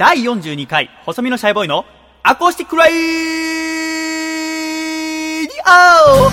第42回細身のシャイボーイのアコースティックライディオ。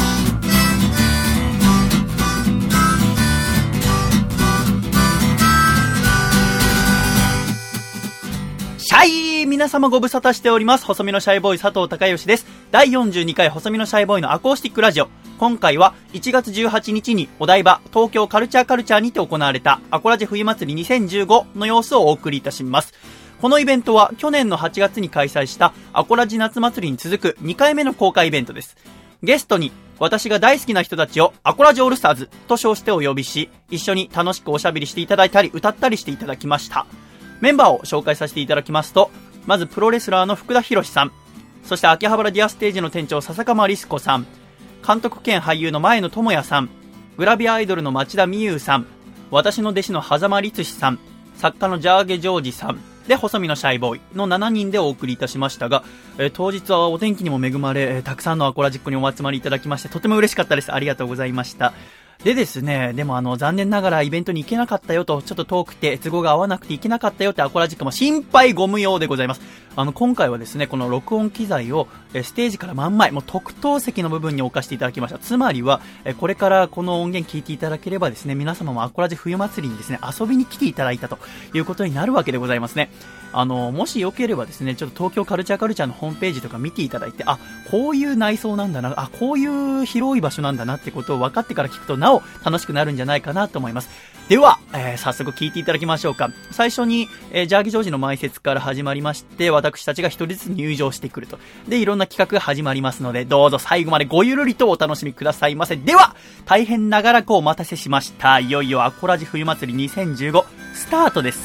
シャイ、皆様ご無沙汰しております。細身のシャイボーイ佐藤孝義です。第42回細身のシャイボーイのアコースティックラジオ。今回は1月18日にお台場東京カルチャーにて行われたアコラジ冬祭り2015の様子をお送りいたします。このイベントは去年の8月に開催したアコラジ夏祭りに続く2回目の公開イベントです。ゲストに私が大好きな人たちをアコラジオールスターズと称してお呼びし、一緒に楽しくおしゃべりしていただいたり歌ったりしていただきました。メンバーを紹介させていただきますと、まずプロレスラーの福田博さん、そして秋葉原ディアステージの店長笹鎌リス子さん、監督兼俳優の前野智也さん、グラビアアイドルの町田美優さん、私の弟子の狭間律史さん、作家のジャーゲジョージさんで細身のシャイボーイの7人でお送りいたしましたが、当日はお天気にも恵まれ、たくさんのアコラジックにお集まりいただきましてとても嬉しかったです。ありがとうございました。でですね、でも残念ながらイベントに行けなかったよと、ちょっと遠くて都合が合わなくて行けなかったよってアコラジックも心配ご無用でございます。今回はですね、この録音機材をステージから真ん前、もう特等席の部分に置かせていただきました。つまりはこれからこの音源聞いていただければですね、皆様もアコラジ冬祭りにですね、遊びに来ていただいたということになるわけでございますね。もしよければですね、ちょっと東京カルチャーのホームページとか見ていただいて、あ、こういう内装なんだな、あ、こういう広い場所なんだなってことを分かってから聞くとなお楽しくなるんじゃないかなと思います。では、早速聞いていただきましょうか。最初に、ジャーギジョージの前説から始まりまして、私たちが一人ずつ入場してくると。で、いろんな企画が始まりますので、どうぞ最後までごゆるりとお楽しみくださいませ。では、大変長らくお待たせしました。いよいよアコラジ冬祭り2015スタートです。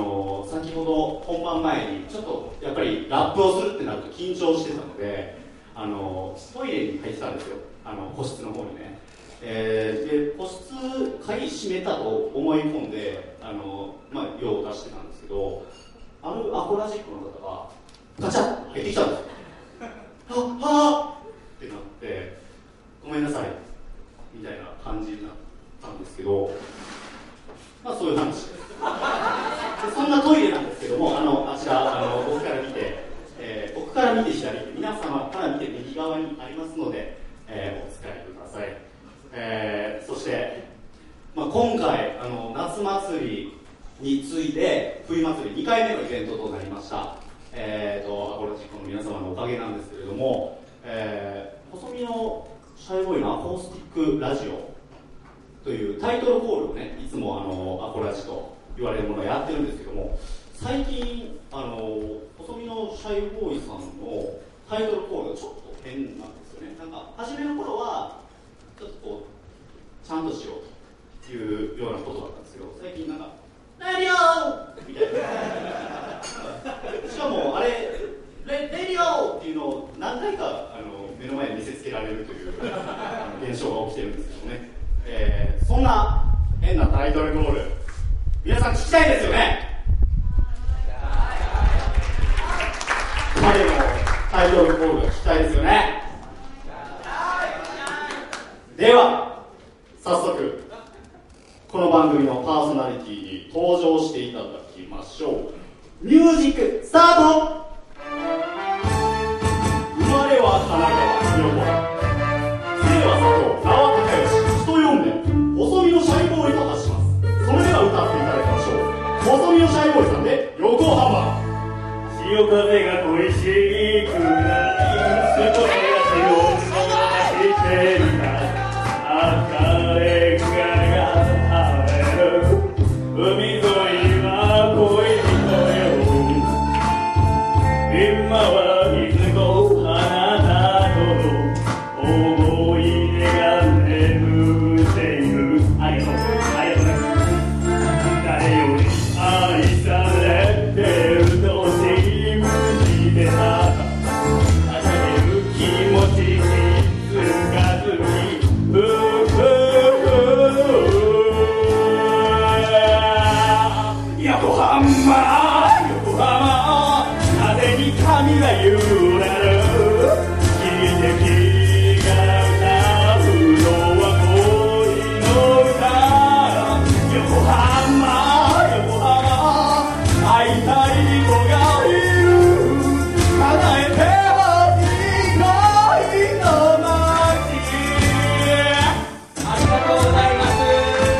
先ほど本番前にちょっとやっぱりラップをするってなると緊張してたので、 トイレに入ってたんですよ、個室の方にね。で個室鍵閉めたと思い込んで用を出してたんですけど、あるアコラジックの方がガチャッと入ってきたんですよ。はぁってなって、ごめんなさいみたいな感じになったんですけど、そういう話です。でそんなトイレなんですけども、あちら僕から見て、僕から見て左手、皆様から見て右側にありますので、お使いください。そして、今回夏祭りについて冬祭り2回目のイベントとなりました。アコラジックの皆様のおかげなんですけれども、細身のシャイボーイのアコースティックラジオというタイトルコールをね、いつもアコラジと言われるものをやってるんですけども、最近細身のシャイボーイさんのタイトルコールがちょっと変なんですよね。なんか初めの頃はちょっとこうちゃんとしようというようなことだったんですけど、最近なんかレディオみたいなしかもあれレディオっていうのを何回か目の前に見せつけられるという現象が起きてるんですけどね。そんな変なタイトルコール、皆さん聞きたいですよね。彼のタイトルコールが聞きたいですよね。では早速この番組のパーソナリティに登場していただきましょう。ミュージックスタート。生まれは神奈川横浜、姓は佐藤、名は高吉、人呼んで細身のシャイボーイと発します。それでは歌っていただきましょう。細身のシャイボーイさんで横浜。 潮風が恋しくなり、少し足を伸ばしていた赤レンガが晴れる海沿いは恋人よ。今はいつもあなたとの思い出が眠っている。ありがとう、ありがとうね。誰より愛されてると信じてた。あげる気持ちに気づかずに横浜、横浜、風に髪が揺れる。君で君が歌うのは恋の歌。横浜、横浜、会いたい人がいる。叶えてほしい恋の街。ありがとうございます。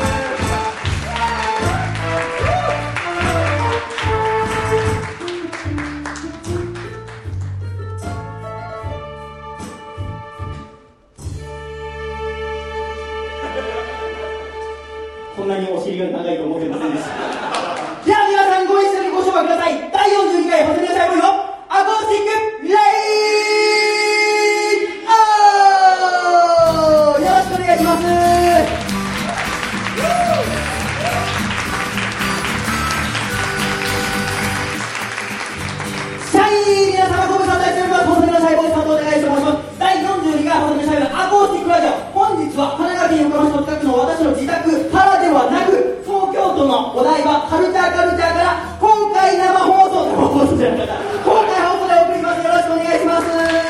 こんなにお尻が長いと思ってませんでした。じゃあ皆さんご一緒にご唱和ください。第42回細身のシャイボーイのアコースティックレイオー。よろしくお願いします。シャイ皆様ご無沙汰しております。細身のシャイボーイ佐藤孝之と申します。第42回細身のシャイボーイのアコースティックラジオ。本日は神奈川県横浜市の近くの私の自宅からではなく、東京都のお台場カルチャーから今回生放送で今回放送でお送りします。よろしくお願いします。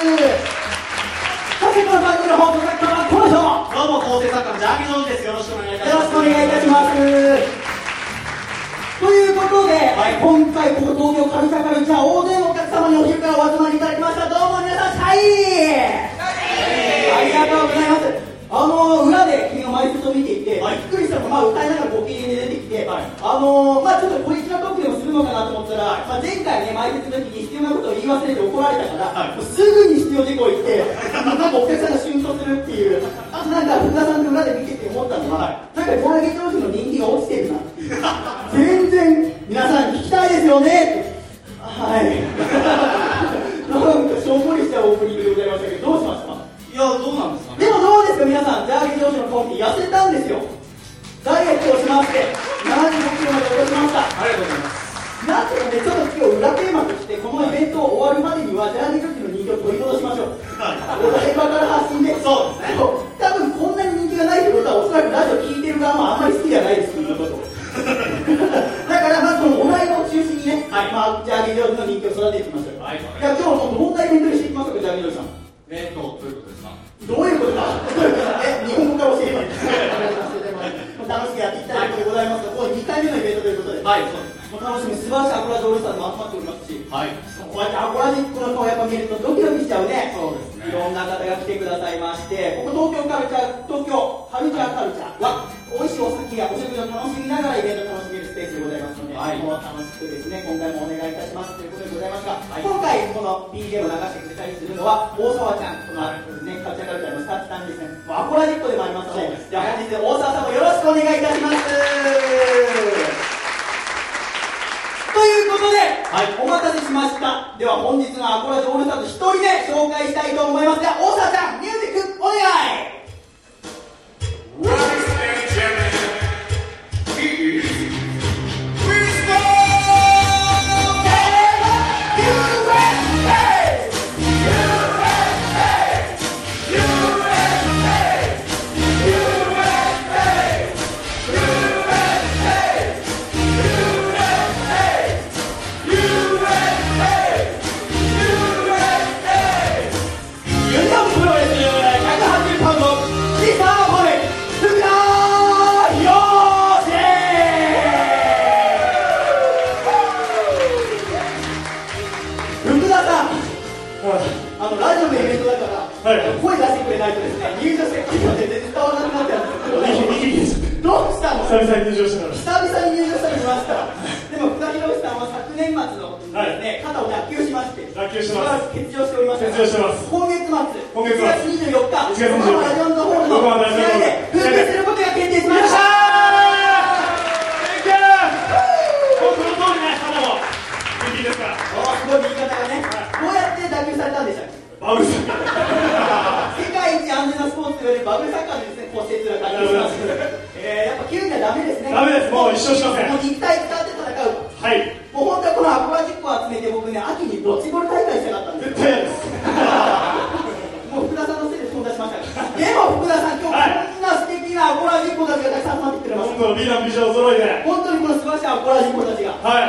そしてこの番組の放送作家はこの人。 どうも構成作家のジャーゲジョージです。よろしくお願いいたします。 よろしくお願いいたします。ということで、今回ここ東京カルチャー大勢のお客様にお昼からお集まりいただきました。どうも皆さん、シャイありがとうございます。裏で君が前説を見ていて、びっくりしたのが、歌いながらご機嫌に出てきて、ちょっと小粋なトークでもするのかなと思ったら、前回ね、前説の時に必要なことを言い忘れて怒られたから、すぐに必要事項を言って、なんかお客さんが瞬殺するっていう、あとなんか福田さんと裏で見てて思ったのは、なんかジャーゲジョージの人気が落ちてるなっていう。全然皆さん聞きたいですよねって。はい。なんかしょんぼりしたオープニングでございましたけど、どうしました？ いや、どうなんですかね。 でもどうですか皆さん、ジャーゲジョージのコンビ痩せたんですよ。ダイエットをしまして75キロまで落としました。 ありがとうございます。 なんとかね、ちょっと今日裏テーマとしてこのイベントを終わるまでにはジャーゲジョージの人気を取り戻しましょう。 育てていきましょう。 はい。 いや、今日はどんなイベントにしていきますか、じゃあ、みどりさん。 どういうことですか？ どういうことだ日本語から教えます。楽しくやっていきたいということでございますが、これ2回目のイベントということで、 はい、そうですね。 もう楽しみ、素晴らしいアコラジオールスターズも集まっておりますし、 はい。 こうやってアコラジックの顔やっぱ見るとドキドキしちゃうね。 そうですね。 いろんな方が来てくださいまして、ここ東京カルチャーは美味しいお酒やお食事を楽しみながらイベントを楽しめるスペースでございますので、 はい、 もう楽しくですね、今回もお願いいたしますということでございますが、 はい、 今回この BGM を流してくれたりするのは大沢ちゃん、このね、カルチャーカルチャーのスタッフさんですね、もうアコラジックでもありますので、じゃあ本日大沢さんもよろしくお願いいたします。ということで、はい、お待たせしました。では本日のアコラジオールスターズ1人目紹介したいと思いますが、大沢ちゃんミュージックお願い。ラジオのイベントだから、はい、声出してくれないとですね、入場してくるので全然伝わらなくなっちゃうんですけど、どうしたの？ 久々に入場したから。 久々に入場したの見ました。でも福田博さんは昨年末のですね、肩を脱臼しまして、 しばらく欠場しておりました。 欠場してます。 今月末、1月24日、 横浜ラジオンズホールの試合で復帰することが決定しました。 この通りね、肌も人気ですから。 すごい言い方がね、どうやって脱臼されたんでしたっけ？ バブルサッカー世界一安全なスポーツと言われるバブルサッカーでですね、骨折が脱臼します。やっぱ急にはダメですね。 ダメです、もう一生しません。 もう肉体使って戦う。 はい。 もう本当はこのアコラジックを集めて僕ね、秋にドッジボール大会したかったんです。 絶対嫌です。 もう福田さんのせいで飛んだしましたから。でも福田さん、今日こんな素敵なアコラジックたちがたくさん集まってきてくれます。 本当美男美女お揃いで。 本当にこの素晴らしいアコラジックたちが。 はい。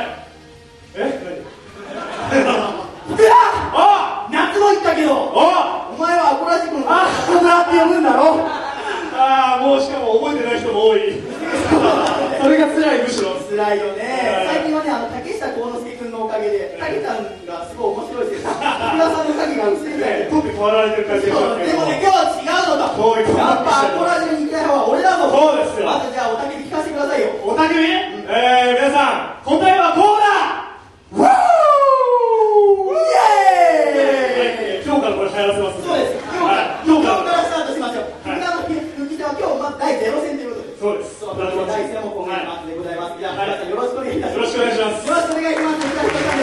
福田！夏も言ったけど、お前はアコラジックの福田って呼ぶんだろ。 もうしかも覚えてない人も多い。それが辛い、むしろ辛いよね。最近はね、竹下幸之助君のおかげで竹ちゃんがすごい面白いです。福田さんの影が薄いぐらいで特に変わられてる感じがしますけど。 でもね、今日は違うのだ。やっぱアコラジに行きたい方は俺だぞ。 そうですよ。 まずじゃあおたけび聞かせてくださいよ。 おたけび？皆さん、答えはこうだ。 わー！イエーイ！ 今日からこれ流行らせます。 そうです。今日からスタートしましょう。福田の復帰戦は今日第0戦ということで。 そうです。 第1戦も今月末でございます。じゃあ皆さんよろしくお願いいたします。 よろしくお願いします。 よろしくお願いします。福田博さんです。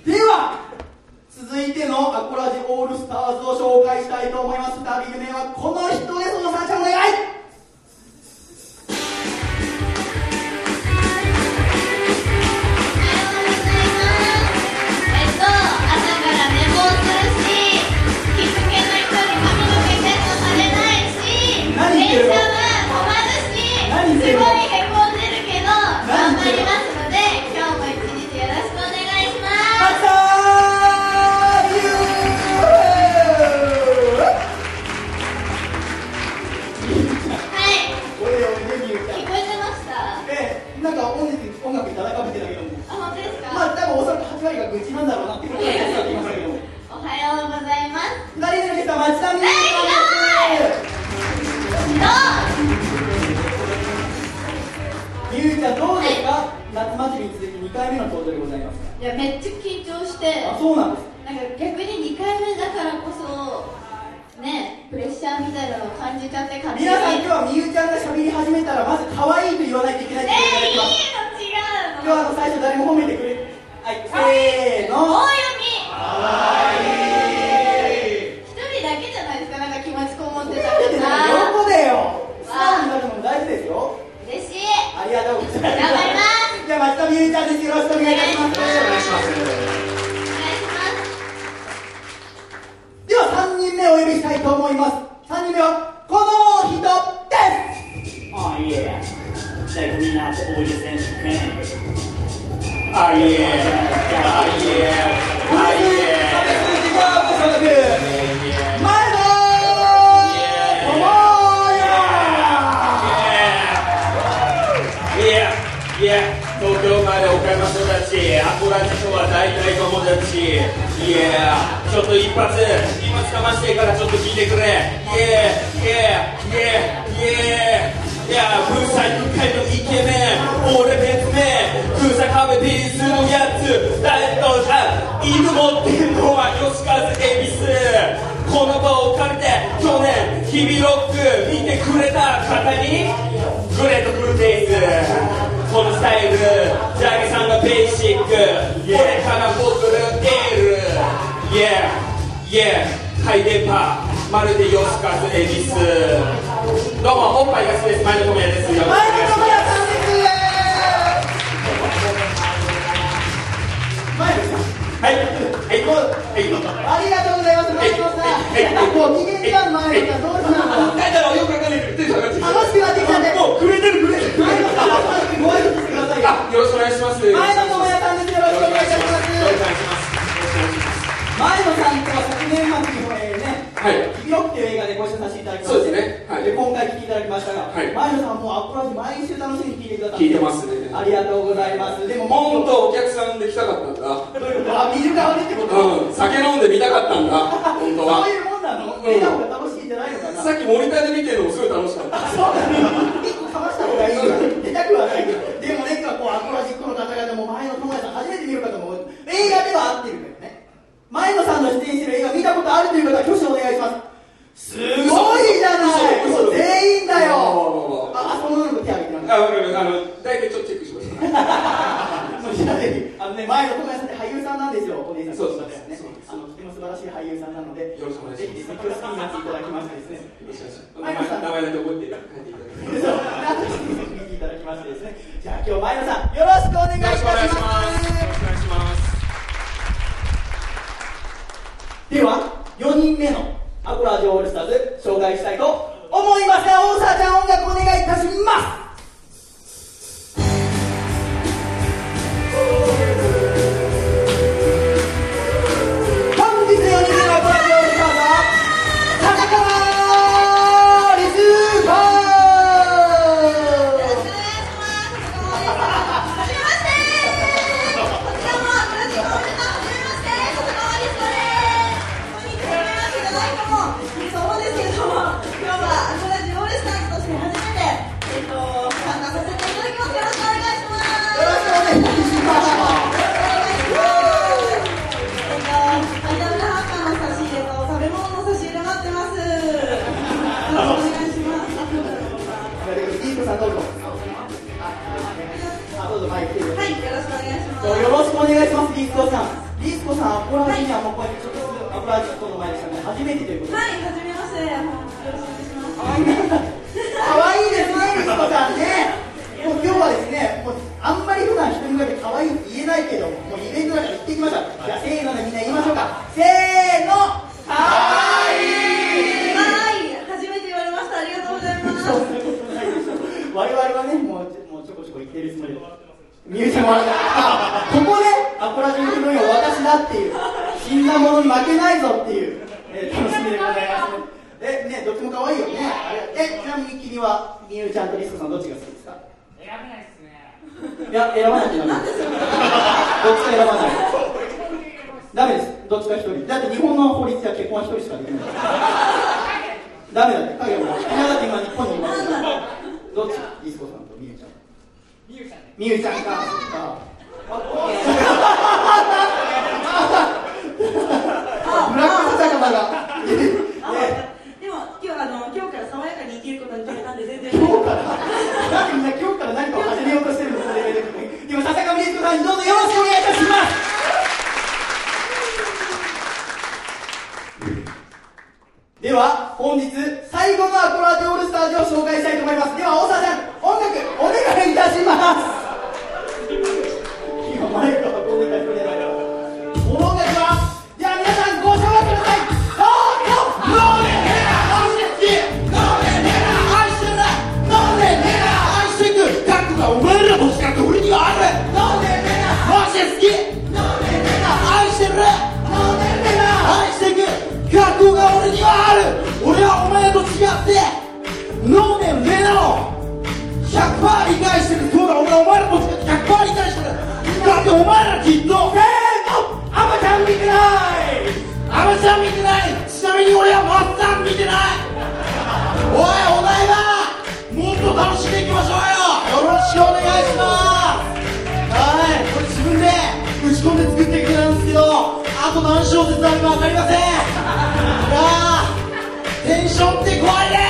では続いてのアコラジオールスターズを紹介したいと思います。2人目はこの人です。おさんちゃんお願い。 すごいへこんでるけど頑張りますので、今日も一日よろしくお願いします。はい。聞こえてました？ なんか音楽いただかめてたけども。 本当ですか？ まあ多分おそらく8割が愚痴なんだろうなってことが伝わってきましたけども。 おはようございます。 2人目のゲストは町田美優さんです。みゆちゃんどうですか？夏祭りに続き2回目の登場でございます。 いや、めっちゃ緊張して。 あ、そうなんです。 なんか逆に2回目だからこそね、プレッシャーみたいなのを感じちゃって勝手に。 皆さん今日はみゆちゃんが喋り始めたらまず可愛いと言わないといけないって言われてます。 いいの違うの。 今日は最初誰も褒めてくれ。はい、せーの。 大読み。 可愛い。 一人だけじゃないですか。なんか気持ちこもってた。 喜べよ。素直になるのも大事ですよ。 嬉しい。 ありがとうございます。 頑張ります。 じゃあ町田美優ちゃんです。よろしくお願いいたします。 お願いします。 では3人目をお呼びしたいと思います。3人目はこの人です。あ、いえ。 ちゃいゴミなボーイ選手権。 あいえあいえあいえ前田東京まで岡山育ち、アコラジとは大体友達。ちょっと一発かましてからちょっと聞いてくれ。風采深いのイケメン、俺別名風采壁ピースのやつ。犬持ってんのは吉和恵比寿。この場を借りて去年日々ロック見てくれた方にグレートフルデイズ。このスタイル、ジャゲさんがベーシック、俺から僕るエール。ハイ電波、まるで吉和恵比寿。どうも、おっぱいが好きです。前野智也です。よろしくお願いします。 ありがとうございます。前野さん、もう2年間前のどうしたの？ なんだろう、よくわかんないけど、 楽しくなってきたんで、 もう震えてる。 前野さん、ご挨拶してくださいよ。 よろしくお願いします。 前野智也さんです。よろしくお願いいたします。前野さんとは昨年末に日々ロックという映画でご一緒させていただきまして、で今回来ていただきましたが、前野さんもアップラジ毎週楽しみに聞いてくださって聞いてますね。 ありがとうございます。でも本当お客さんで来たかったんだ。 見る側でってこと？ 酒飲んで見たかったんだ。本当は。 そういうもんなの？見た方が楽しいんじゃないのかな。 さっきモニターで見てるのもすごい楽しかった。 そうだね。一個かました方がいいよ。出たくはないけど。でもね、こうアコラジックの方々も前野智也さん初めて見る方も映画では合ってるけどね。前野さんの出演してる映画見たことあるという方は挙手お願いします。すごいじゃない。全員だよ。その女の子手挙げてます。 わかる。大体ちょっとチェックしました。 そしたらぜひ前野智也さんって俳優さんなんですよ。お姉さん。 そうですね。とても素晴らしい俳優さんなので、 よろしくお願いします。 ぜひですね、今日好きになっていただきましてですね。 名前だけ覚えて帰っていただきます。 そう、見ていただきましてですね。じゃあ今日前野さんよろしくお願いいたします。 よろしくお願いします。 では4人目のアコラジオールスターズ紹介したいと思いますが、大沢ちゃん音楽お願いいたします。本日4人目のアコラジオールスターズは笹川リズバー。よろしくお願いします。リスコさん、アコラジにはもうこうやってちょっとアコラジの前でしたね。初めてということで。 はい、初めまして。よろしくお願いします。 可愛いですね、リスコさんね。もう今日はですね、もうあんまり普段人に向かって可愛いって言えないけども、もうイベントだから言っていきましょう。じゃあせーのでみんな言いましょうか。せーの、可愛い。 はい、初めて言われました。ありがとうございます。 そんなことないでしょ。我々はね、もうちょこちょこ言ってるつもりで。ミュージアムはここでアコラジのヒロインは私だっていう、死んだものに負けないぞっていう、楽しみでございますね。どっちも可愛いよね。ちなみに君はみゆちゃんとリスコさんどっちが好きですか？ 選べないですね。 いや、選ばなきゃダメです。どっちか選ばない。ダメです。どっちか一人。だって日本の法律では結婚は一人しかできない。ダメだって。影も。今だって今日本にいますから。どっち？リスコさんとみゆちゃん。みゆちゃんか。ブラック坂田が。 でも今日から爽やかに生きることに決めたんで全然。 今日からなんでみんな今日から何かを始めようとしてるの？でも笹上リスコさんにどうぞよろしくお願いいたします。では本日最後のアコラジオールスターズを紹介したいと思います。では大沢さん、音楽お願いいたします。今マイクを運んでいた人じゃないから。この音楽はじゃあ皆さんご紹介ください。どうぞ。ノレネラ愛してノレネラ愛してノレネラ愛してくかっこの100% 理解してる。そうだ、俺はお前らと100% 理解してる。だってお前らきっとアマちゃん見てない。アマちゃん見てない。ちなみに俺はマッサン見てない。おい、お台場もっと楽しんでいきましょうよ。よろしくお願いします。はい、これ自分で打ち込んで作っていくなんですけど、あと何小節あるか分かりません。いやー、テンションって怖いです。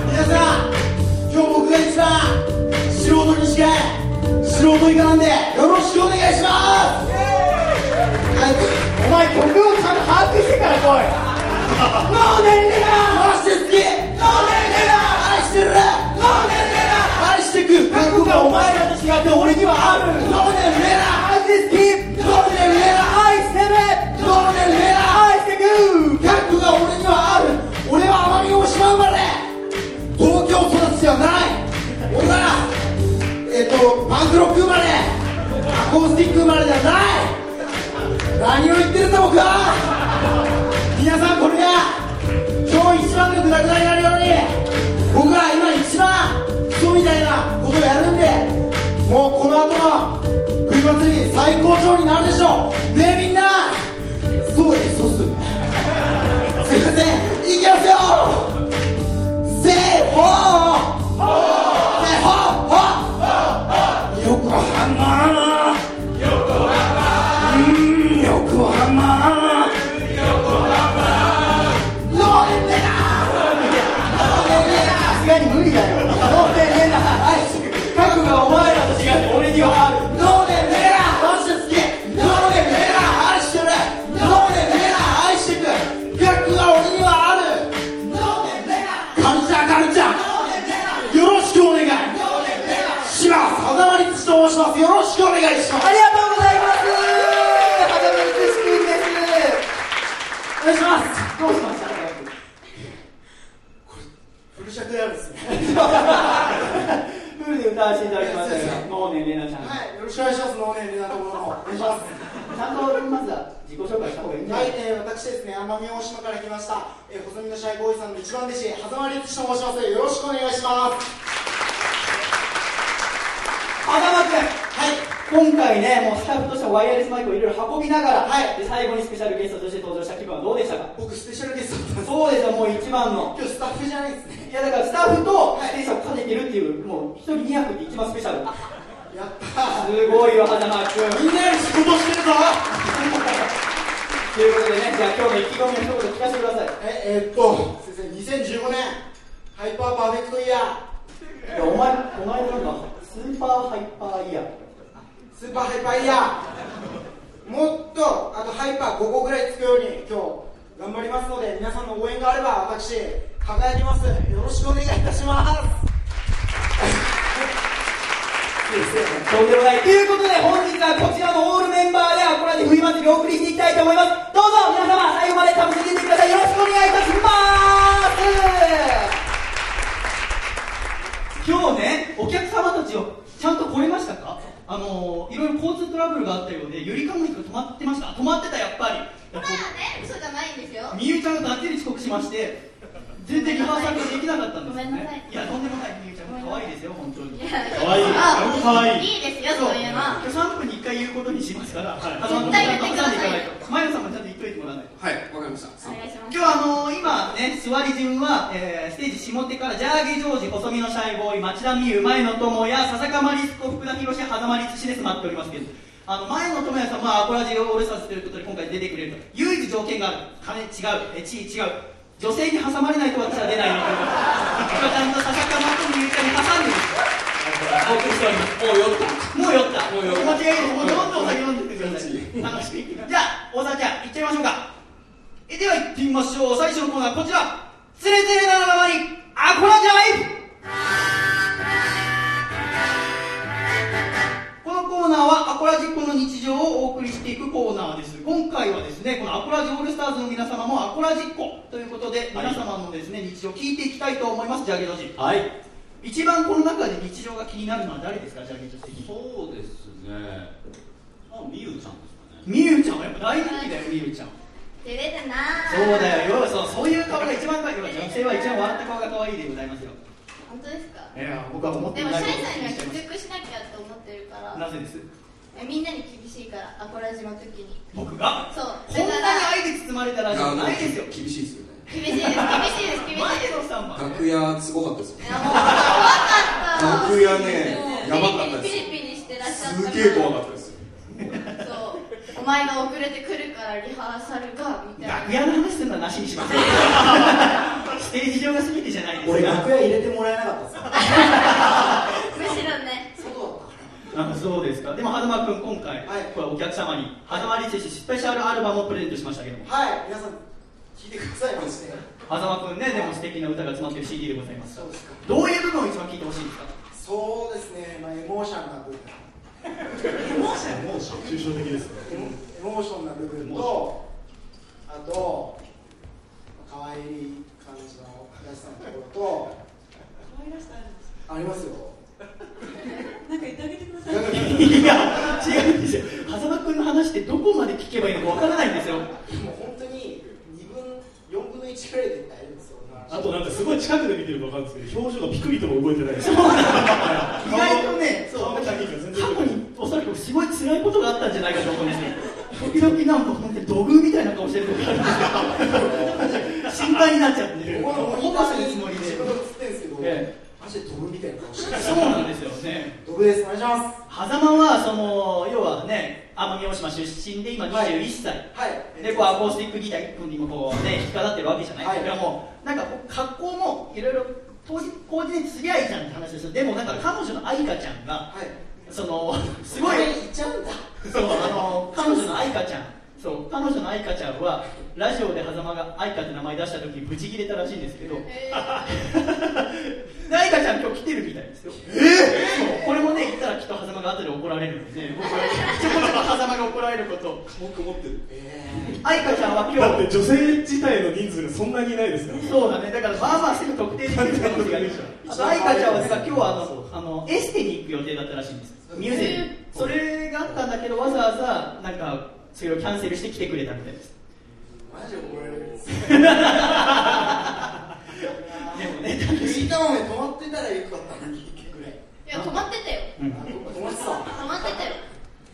皆さん、今日僕が一番素人に近い素人以下なんでよろしくお願いします。お前曲をちゃんと把握してから来い。ノーネンレナマジで好き。ノーネンレナ愛してる。ノーネンレナ愛してく。覚悟がお前らと違って俺にはある。ノーネンレナマジで好き。ノーネンレナ愛してる。ノーネンレナ愛してく。覚悟が俺にはある。俺は奄美大島生まれ、東京育ちではない。俺はパンクロック生まれ、アコースティック生まれではない。何を言ってるんだ僕は。皆さん、これが今日一番のグダグダになるように僕は今一番クソみたいなことをやるんで、もうこの後の冬祭り最高潮になるでしょうね。みんなそうです、そうっす。すいません、いきますよ。せーほー横浜、横浜、ノーネンレナ、さすがに無理だよ。ノーネンレナ愛してる。覚悟がお前らと違って俺にはある。ノーネンレナマジで好き。ノーネンレナ愛してる。ノーネンレナ愛してく。覚悟が俺にはある。ノーネンレナカルチャーカルチャー、よろしくお願いします。風間律師と申します。よろしくお願いします。ありがとうございます。風間律師君です。お願いします。どうしました？これフル尺であるんですね。フルで歌わせていただきましたが、ノーネンレナちゃん。はい、よろしくお願いします。ノーネンレナところのお願いします。ちゃんとまずは自己紹介した方がいいんじゃないですか。はい、私ですね、奄美大島から来ました、細身のシャイボーイさんの一番弟子、狭間律師と申します。よろしくお願いします。狭間君、はい、今回ね、もうスタッフとしてワイヤレスマイクをいろいろ運びながら、はい、で最後にスペシャルゲストとして登場した気分はどうでしたか？僕スペシャルゲストだったんです。そうですよ、もう一番の。今日スタッフじゃないですね。いやだからスタッフとステージを兼ねてるっていう、もう一人2役って一番スペシャル。やったー、すごいよ、狭間君。みんなより仕事してるぞ。ということでね、じゃあ今日の意気込みの一言聞かせてください。先生、2015年ハイパーパーフェクトイヤー。いや、お前なんだ、スーパーハイパーイヤー。スーパーハイパーイヤー。もっとあとハイパー5個ぐらいつくように今日頑張りますので、皆さんの応援があれば私輝きます。よろしくお願いいたします。とんでもない。ということで本日はこちらのオールメンバーでアコラジ冬祭りをお送りしていきたいと思います。どうぞ皆様最後まで楽しんでいってください。よろしくお願いいたします。今日ね、お客様たちをちゃんと来れましたか？いろいろ交通トラブルがあったようで、ゆりかもめが止まってました。止まってた、やっぱり。 まだね、嘘じゃないんですよ。 みゆちゃんががっつり遅刻しまして全然リハーサルができなかったんですよね。 ごめんなさい。 いや、とんでもない。みゆちゃん可愛いですよ、本当に。 可愛い。可愛い。 いいですよ、そういうの。 今日3分に1回言うことにしますから、 絶対言ってください。 マヤさんもちゃんと言っといてもらわないと。 はい、わかりました。 お願いします。 今日今ね、座り順は、ステージ下手からジャーゲジョージ、細身のシャイボーイ、町田美優、前野智也、笹かまりすこ、福田博士、狭間律師で待っておりますけど、前野智也さんはアコラジオオールスターズということで今回出てくれると。唯一条件がある。金違う、地位違う。女性に挟まれないと私は出ないので、ちゃんと笹かまと美優ちゃんに挟んでお送りしております。もう酔った。もう酔った。気持ちがいいです。もうどんどんお酒飲んでってください。楽しみ。じゃあ、大沢ちゃん、行っちゃいましょうか。では行ってみましょう。最初のコーナー、こちら。つれつれならばに、アコラジャイブ。このコーナーはアコラジっ子の日常をお送りしていくコーナーです。今回はですね、このアコラジオールスターズの皆様もアコラジっ子ということで、皆様のですね、日常を聞いていきたいと思います。ジャゲドジ。 はい。 一番この中で日常が気になるのは誰ですか、ジャゲドジ的に。 そうですね。みゆちゃんですかね。 みゆちゃんはやっぱ大人気だよ、みゆちゃん。 照れてなそうだよ、そういう顔が一番可愛い。女性は一番笑った顔が可愛いでございますよ。 本当ですか？ いや僕は思ってでない。 もシャイさんには協力しなきゃと思ってるから。 なぜです？ みんなに厳しいから、アコラジの時に。 僕が？ そう。 こんなに愛で包まれたラジオないですよ。 厳しいですよね。 厳しいです、厳しいです、厳しいです。 前野さんは楽屋すごかったですよ。 いやもう怖かった。 楽屋ね、やばかったです。 ピリピリしてらっしゃったから。 すげえ怖かったです。 そう。お前が遅れてくるからリハーサルがみたいな。 楽屋の話するのはなしにします。ステージ上が過ぎてじゃないですか。 俺楽屋入れてもらえなかったっすよ。 むしろね。 そうですか。でも狭間君今回、これお客様に狭間リセシスペシャルアルバムをプレゼントしましたけども。 はい、皆さん聴いてくださいまして。 狭間君ね、でも素敵な歌が詰まってる CD でございます。 そうですか。 どういう部分を一番聴いてほしいですか？ そうですね、まあ、エモーションな部分。 エモーション抽象的ですね。 エモーションな部分と、あと可愛い感じのらしさのところと、 可愛らしさあるんですか？ ありますよ。 なんか言ってあげてください。 いや、違うんですよ。狭間君の話ってどこまで聞けばいいのかわからないんですよ。 もう本当に2分、4分の1くらいで大丈夫ですよ。 あとなんかすごい近くで見てるか分かるんですけど、表情がピクリとも動いてないです。 意外とね、 顔の先が全然過去におそらくすごい辛いことがあったんじゃないかと思うんですよ。時々なんか本当に土偶みたいな顔してる時あるんですよ。心配になっちゃって、 ここのモニターに自分が映ってるんですけど、マジで飛ぶみたいな顔してる。 そうなんですよね。 飛ぶです、お願いします。 狭間は要はね、奄美大島出身で今21歳、 はい、 でこうアコースティックギター1本で今こうね弾き語ってるわけじゃない、だからもうなんか格好もいろいろコーディネートすりゃいいじゃんって話ですよ。でもなんか彼女の愛花ちゃんが、すごい行っちゃうんだ。 彼女の愛花ちゃん、彼女の愛花ちゃんはラジオで狭間が愛花って名前出した時にブチギレたらしいんですけど、で愛花ちゃん今日来てるみたいですよ。そうこれもね言ったらきっと狭間が後で怒られるんで、僕はちょこちょこ狭間が怒られることを僕持ってる。 愛花ちゃんは今日だって女性自体の人数がそんなにいないですから。 そうだね、だからまあまあすぐ特定できる可能性がある。あと愛花ちゃんはだから今日はエステに行く予定だったらしいんです。ミュージックそれがあったんだけどわざわざなんかそれをキャンセルして来てくれたみたいです。 マジ怒られるんです。 でもね、 ゆりかもめ止まってたらよかったのにぐらい。 いや止まってたよ。 止まってた。 止まってたよ。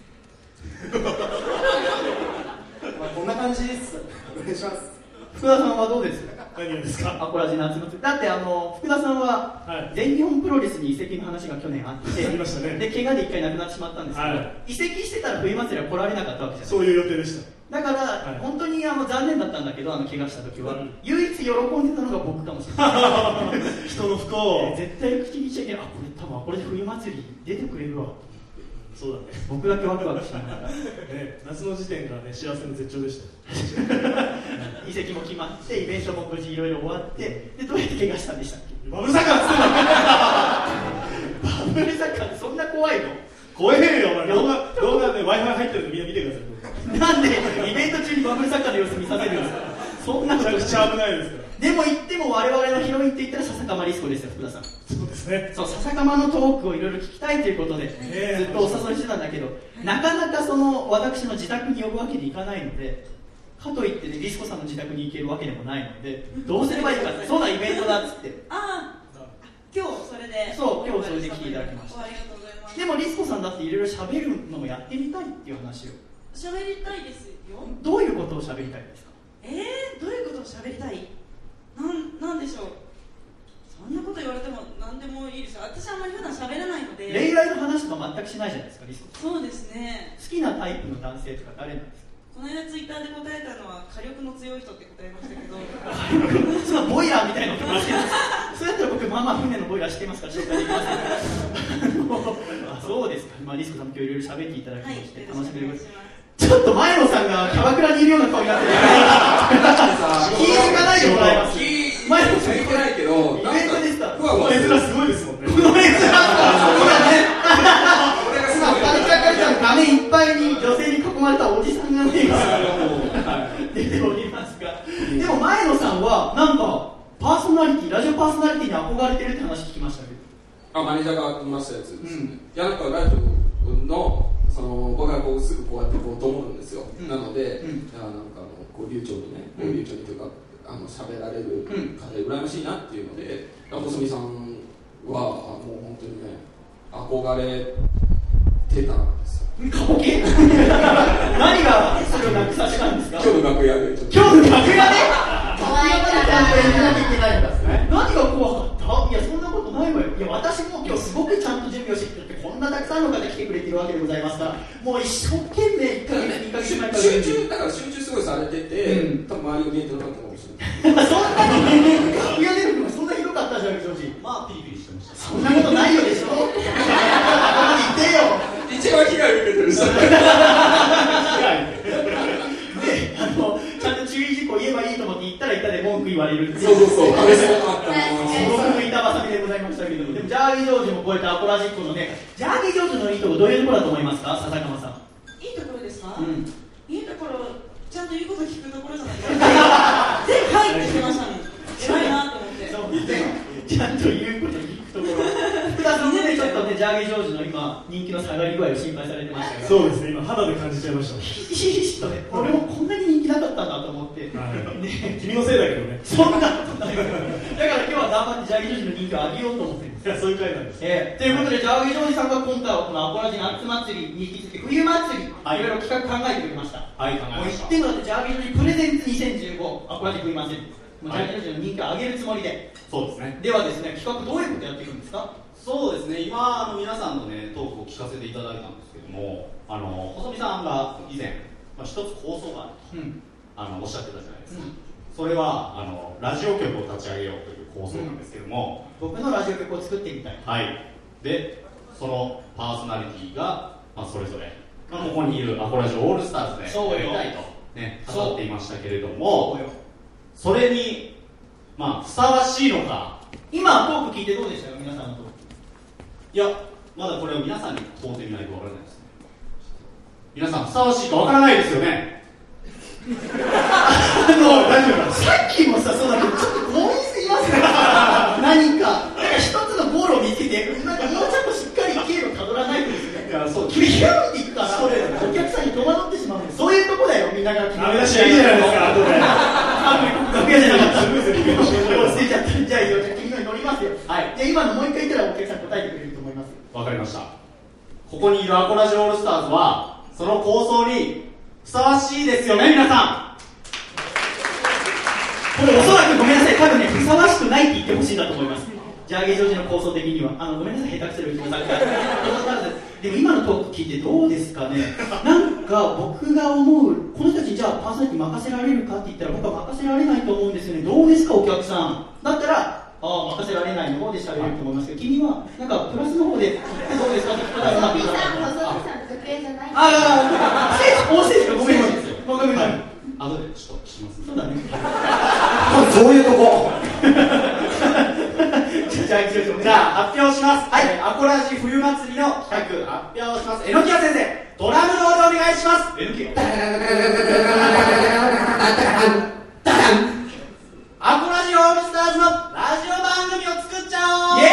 まあこんな感じです。お願いします。 福田さんはどうですか？ 何がですか？ アコラジ夏祭りだって福田さんは全日本プロレスに移籍の話が去年あって、 ありましたね。 で怪我で一回亡くなってしまったんですけど、移籍してたら冬祭りは来られなかったわけじゃない。 そういう予定でした。 だから、本当に残念だったんだけど怪我した時は、唯一喜んでたのが僕かもしれない人の不幸絶対口にしちゃいけない。これで冬祭り出てくれるわ。 そうだね。 僕だけワクワクしながら夏の時点がね幸せの絶頂でした移籍も決まってイベントも無事いろいろ終わって、でどうやって怪我したんでしたっけ？ バブルサッカーっつってんだバブルサッカーってそんな怖いの？ 怖えよお前。動画で Wi-Fi 入ってるんでみんな見てください。なんでイベント中にバブルサッカーの様子見させるんですか？そんなことめちゃくちゃ危ないですから。 でも言っても我々のヒロインって言ったら笹鎌リスコですよ、福田さん。 そうですね。 そう、笹鎌のトークをいろいろ聞きたいということで、ずっとお誘いしてたんだけど、なかなか私の自宅に呼ぶわけにいかないので、かといってね、リスコさんの自宅に行けるわけでもないので、どうすればいいかって、そうなイベントだっつって。 今日それで。 そう、今日それで来ていただきました。 ありがとうございます。 でもリスコさんだっていろいろ喋るのもやってみたいっていう話を。 喋りたいですよ。 どういうことを喋りたいですか？ どういうことを喋りたい？なんでしょう。そんなこと言われても何でもいいですよ。私あんまり普段喋らないので。 恋愛の話とか全くしないじゃないですか、リスコ。 そうですね。 好きなタイプの男性とか誰なんですか？ この間ツイッターで答えたのは火力の強い人って答えましたけどそのボイラーみたいなのとかしてるそうやったら僕まあまあ船のボイラーしてますから紹介できますあ、そうですか。リスコさんも今日いろいろ喋っていただきまして、楽しみでございます。ちょっと前野さんがキャバクラにいるような顔になってる気抜かないでもらいます。前野さんいけないけどイベントでした。 この絵面すごいですもんね。 この絵面画面いっぱいに女性に囲まれたおじさんがね出ておりますが、でも前野さんはなんかパーソナリティ、ラジオパーソナリティに憧れてるって話聞きましたけど。 マネージャーが言いましたやつですね。いやなんかラジオの僕がすぐこうやってこうと思うんですよ。なので、なんか流暢にね、流暢にというか喋られる方で羨ましいなっていうので、細見さん憧れてたんですよ。 過去形何がそれをなくさせたんですか？ 今日の楽屋で今日の楽屋で怖いからちゃんとやらなきゃいけないんですね。 何が怖かった？いやそんなことないわよ。いや私も今日すごくちゃんと準備をしてきてこんなたくさんの方来てくれてるわけでございますからもう一生懸命1ヶ月2ヶ月前から集中すごいされてて、多分周りが見えてなかったかもしれない。 そんなに楽屋出るのがそんなひどかったじゃん、ジョージ。 まあピリピリしてました。 そんなことないよでしょ。ここに言ってよ。 一番被害受けてる人。 で、ちゃんと注意事項言えばいいと思って言ったら言ったで文句言われるっていう。 そうそうそう。あれすごかった僕の板挟みでございましたけれども、でもジャーギージョージもこうやってアポラジックのね、ジャーギージョージのいいところどういうところだと思いますか、笹川さん。 いいところですか、 うん、 いいところ、ちゃんと言うこと聞くところじゃないですか。全部はいって言ってましたね。偉いなと思って。 そうちゃんと言うこと聞くところ。福田さんもね、ちょっとね、ジャーギージョージの今、人気の下がり具合を心配されてましたけど。 そうですね、今肌で感じちゃいました。 ひしひしとね、俺もこんなに人気なかったんだと思って、 ね、君のせいだけどね。 そんなことないから。だから今日は頑張ってジャーギージョージの人気を上げようと思ってるんです。 いや、そういう回なんです。 ということで、ジャーギージョージさんが今回はこのアコラジ夏祭りに引き続き冬祭り、いろいろ企画考えてくれました。 はい、考えもうました。 言ってもらってジャーギージョージプレゼンツ2015アコラジ冬祭りです。もうジャーギージョージの人気を上げるつもりで。 そうですね。 ではですね、企画どういうことやっていくんですか？ そうですね。今皆さんのねトークを聞かせていただいたんですけども、細見さんが以前、一つ構想があると、おっしゃってたじゃないですか。それはラジオ局を立ち上げようという構想なんですけども、 僕のラジオ曲を作ってみたい。 はい。で、そのパーソナリティが、それぞれ、ここにいるアコラジオオールスターズでやりたいとね語っていましたけれども、それにふさわしいのか。 今トーク聞いてどうでしたよ、皆さんのトーク。 いや、まだこれを皆さんに問うてみないとわからないですね。皆さんふさわしいかわからないですよね。 大丈夫か。さっきもさ、そうだけど、ちょっと強引すぎますね。何か一つのゴールを見つけて、もうちょっとしっかり経路をたどらないとですね。 いや、そう。 ヒューっていくから、お客さんに戸惑ってしまうんです。そういうとこだよ、みんなが。 ダメ出しはいいじゃないですか、後で。 楽屋じゃなかった。落ち着いちゃった。じゃあいいよ、じゃあ君のに乗りますよ。はい。じゃあ今のもう一回言ったらお客さん答えてくれると思います。 わかりました。ここにいるアコラジオールスターズはその構想にふさわしいですよね、皆さん。 これおそらくごめんなさい、多分ね、ふさわしくないって言ってほしいんだと思います。ジャーギージョージの構想的には。ごめんなさい、下手くそでうちの作家。でも今のトーク聞いてどうですかね。なんか僕が思う、この人たちにじゃあパーソナリティ任せられるかって言ったら僕は任せられないと思うんですよね。どうですか、お客さん。だったら、任せられないの方で喋れると思いますけど、君はなんかプラスの方でどうですかって聞いたらうまくいかない。 細見さんの机じゃない。 ステージ、大ステージか、ごめんなさい。ごめんなさい。 後でちょっと聞きます。 そうだね。 そういうとこ。 じゃあ発表します。はい、アコラジ冬祭りの企画発表します。榎谷先生、ドラムロールお願いします。アコラジオールスターズのラジオ番組を作っちゃおう。 イエ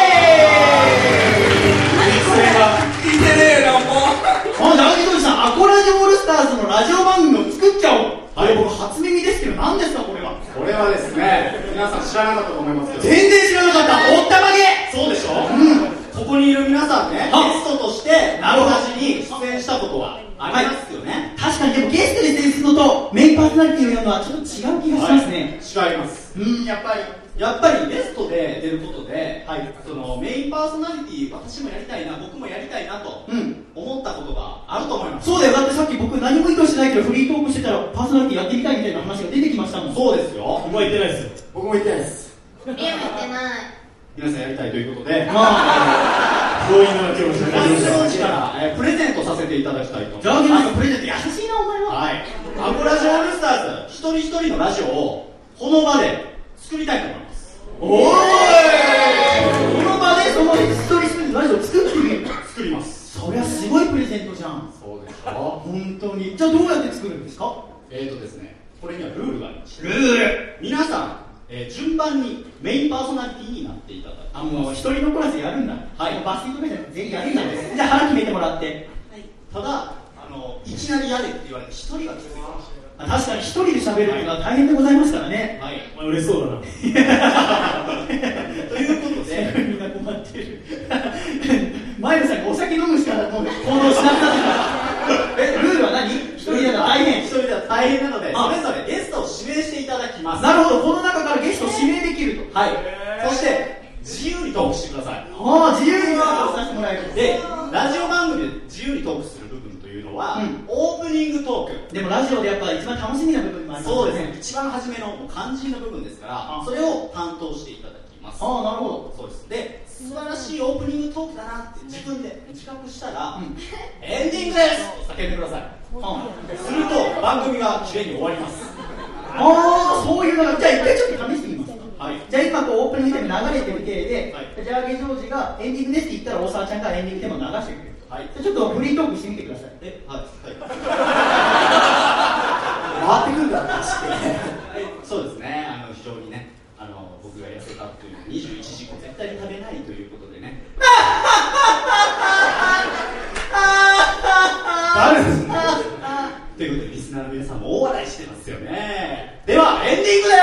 ーイ。 聞いてねえな、もう。 ジャーギージョージさん、アコラジオールスターズのラジオ番組を作っちゃおう。僕初耳ですけど、何ですかこれは。 これはですね、皆さん知らなかったと思いますけど、 全然知らなかった。おったまげ。 そうでしょ。ここにいる皆さんね、ゲストとしてアコラジに出演したことはありますよね。 確かに、でもゲストで出演するのとメインパーソナリティをやるのはちょっと違う気がしますね。 違います。やっぱりゲストで出ることで、そのメインパーソナリティ、私もやりたいな、僕もやりたいなと思ったことがあると思います。 そうだよ。だってさっき僕何も意図してないけどフリートークしてたらパーソナリティやってみたいみたいな話が出てきましたもん。 そうですよ。 僕は言ってないですよ。 僕も言ってないです。 見えも言ってない。 皆さんやりたいということで、 強引な今日の当時からプレゼントさせていただきたいと思います。 ジャーギージョージさんプレゼント優しいな、お前は。 はい。アコラジオールスターズ、一人一人のラジオをこの場で作りたいと思います。 おーい。この場でその一人一人のラジオを作ってみる。 作ります。 そりゃすごいプレゼントじゃん。 そうでしょ。 本当に。じゃあどうやって作るんですか？ ですね、これにはルールがありまして、 ルール。 皆さん、順番にメインパーソナリティになっていただきます。 もう一人のクラスやるんだ。 はい。 バスケットボールじゃなくて全員やるんだ。じゃあ腹決めてもらって。 ただいきなりやれって言われて一人がきついかもしれない。 確かに一人で喋るっていうのは大変でございますからね。 はい。 お前嬉しそうだな。 ということで、 みんな困ってる。前自由にワークさせてもらえる。 で、ラジオ番組で自由にトークする部分というのは、オープニングトーク。 でもラジオでやっぱ一番楽しみな部分もありますね。 そうですね、一番初めのもう肝心の部分ですから、それを担当していただきます。 なるほど。 そうです。で、素晴らしいオープニングトークだなって自分で自覚したら、エンディングですと叫んでください。すると番組がきれいに終わります。 そういうのが、じゃあ一回ちょっと試してみますか。 はい。 じゃあ今こうオープニングテーマ流れてる体で、ジャーゲージョージがエンディングですって言ったら大沢ちゃんがエンディングテーマを流してくれる。はい。ちょっとフリートークしてみてください。 はい。 回ってくんだな、走って。 そうですね。非常にね、僕が痩せたというのは21時以降絶対に食べないということでね。 誰ですか？ ということでリスナーの皆さんも大笑いしてますよね。ではエンディング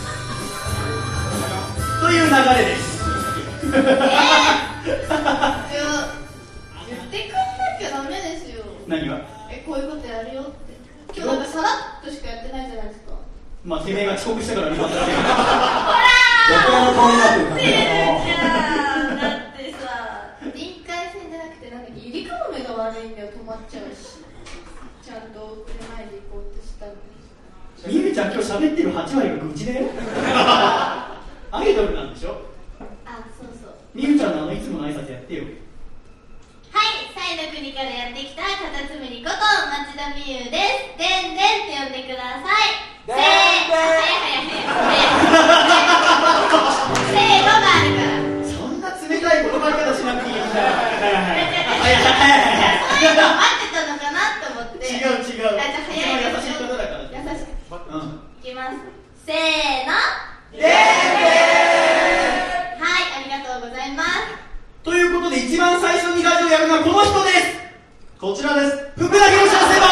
ですという流れです。 言ってくんなきゃダメですよ。 何が？ こういうことやるよって今日なんかさらっとしかやってないじゃないですか。 まあてめえが遅刻したから見ますよ。 ほらーだってさ、臨海線じゃなくてなんかゆりかもめが悪いんだよ。止まっちゃうし、ちゃんと遅れないで行こうとしたのに。 みゆちゃん今日喋ってる8割が愚痴だよ。アイドルなんでしょ。 そうそう。 みゆちゃんのいつもの挨拶やってよ。 はい、サイの国からやってきたカタツムリこと町田美優です。でんでんって呼んでください。せーのがあるから。 そんな冷たい言葉方しなくていいんだよ。 そういうの待ってたのかなと思って。 違う。 じゃあ早い優しい方だから。 優しく。いきます。せーの。 でんでん。 はい、ありがとうございます。 ということで一番最初にラジオやるのはこの人です。 こちらです。 福田博士のセバーオンラインニュ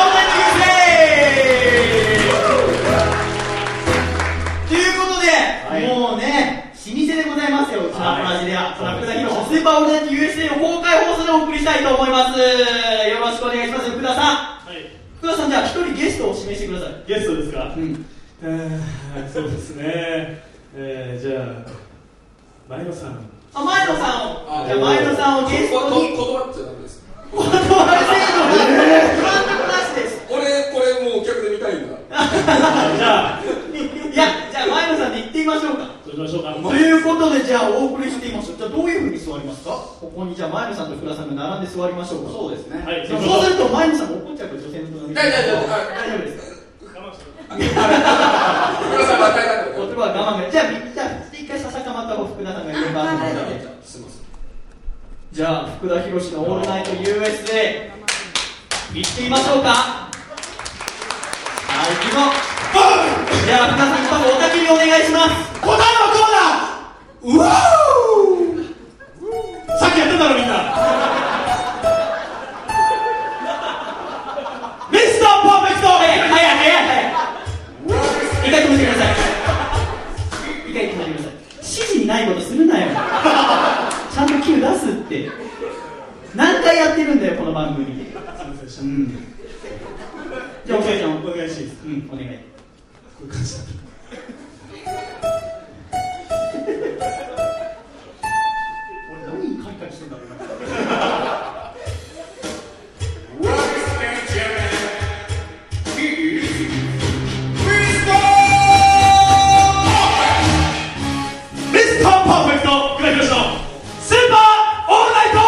ースということで、もうね、老舗でございますよ、うちのアプラジでは。その福田博士のスーパーオールナイト USA の公開放送でお送りしたいと思います。よろしくお願いします、福田さん。福田さん、じゃあ一人ゲストを指名してください。 ゲストですか？そうですね。じゃあ前野さん。 前野さんを、じゃあ前野さんをゲストに断っちゃダメです。 断る制度が不満な話です。 これもうお客で見たいんだ。 じゃあじゃあ前野さんで行ってみましょうか。 そうしましょうか。 ということで、じゃあお送りしてみましょう。じゃあどういうふうに座りますか？ここにじゃあ前野さんと福田さんが並んで座りましょうか。 そうですね。 はい。 そうすると前野さんが怒っちゃうと女性の人が大丈夫ですか？ 福田さんばっかりだから。 男は我慢が。じゃあ一回笹かまった方福田さんがいる場合なので。 すいません。 じゃあ福田博士のオールナイト USA 行ってみましょうか。行きまじゃあ福田さん一言おたけにお願いします。 答えのコーナー。うわー。 さっきやってたのみんな。 ミスターパーフェクト。 早い。一回止めてください。指示にないことするなよ。ちゃんと Q 出すって。何回やってるんだよこの番組。 すいませんでした。 じゃあお客さんお願いしていいですか？ お願い。 こういう感じだ。 俺何にカリカリしてんだろうな。 ミスターパーフェクト福田博士のスーパーオールナイト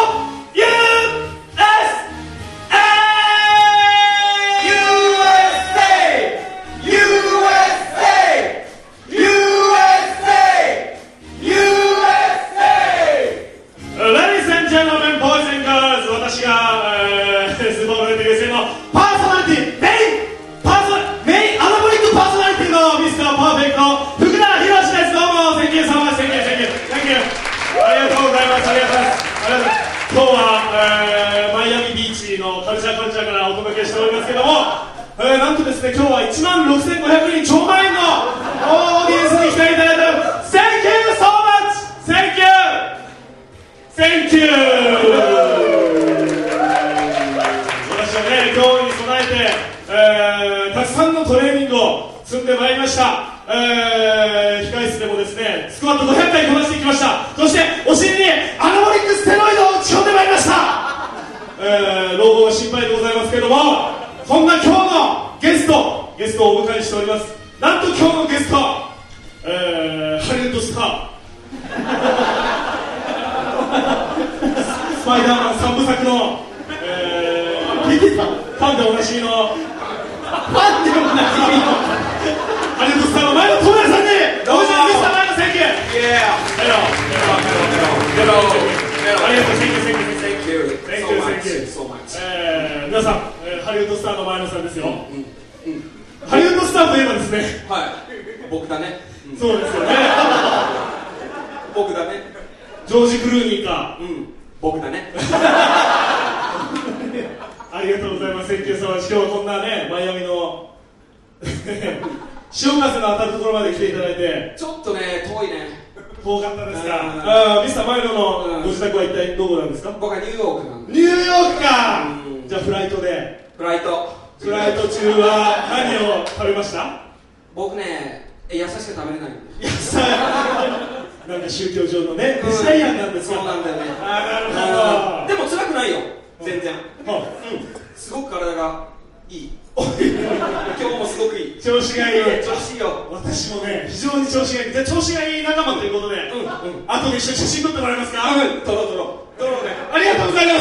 Ladies and gentlemen, boys and girls、 私が、スーパーオールナイト USA のパーソナリティメインアナボリックパーソナリティのミスターパーフェクト福田博士です。どうも Thank you so much。 Thank you。 ありがとうございます。今日は、マイアミビーチのカルチャーからお届けしておりますけども、なんとですね、今日は16,500人超満員のオーディエンスに来ていただいて Thank you so much。 Thank you。 私はね、今日に備えて、たくさんのトレーニングを積んでまいりました。控室でもですね、スクワット500回こなしてきました。そしてお尻にアナボリックゲストをお迎えしております。なんと今日のゲスト、ハリウッドスタースパイダーマン3部作の、ファンでおなじみのハリウッドスターの前野智也さんにお越しいただきました。前野センキュー。ありがとう。センキュー。皆さん、ハリウッドスターの前野さんですよ。ハリウッドスターといえばですね、 はい、僕だね。 そうですよね。 僕だね。 ジョージ・クルーニーか。 僕だね。 ありがとうございます。センキュー様。今日はこんなね、マイアミの潮風の当たるところまで来ていただいて。 ちょっとね、遠いね。 遠かったですか。ミスターマイロのご自宅は一体どこなんですか。 僕はニューヨークなんで。 ニューヨークか。じゃあフライトで。フライト中は何を食べました。 僕ね、野菜しか食べれない。 野菜なんか宗教上のね、ベジタリアンなんですか。 そうなんだよね。 なるほど。 でも辛くないよ、全然。すごく体がいい。今日もすごくいい。 調子がいい。 調子いいよ。 私もね、非常に調子がいい。じゃあ調子がいい仲間ということで、後で一緒に写真撮ってもらえますか。 撮ろうね。 ありがとうございます。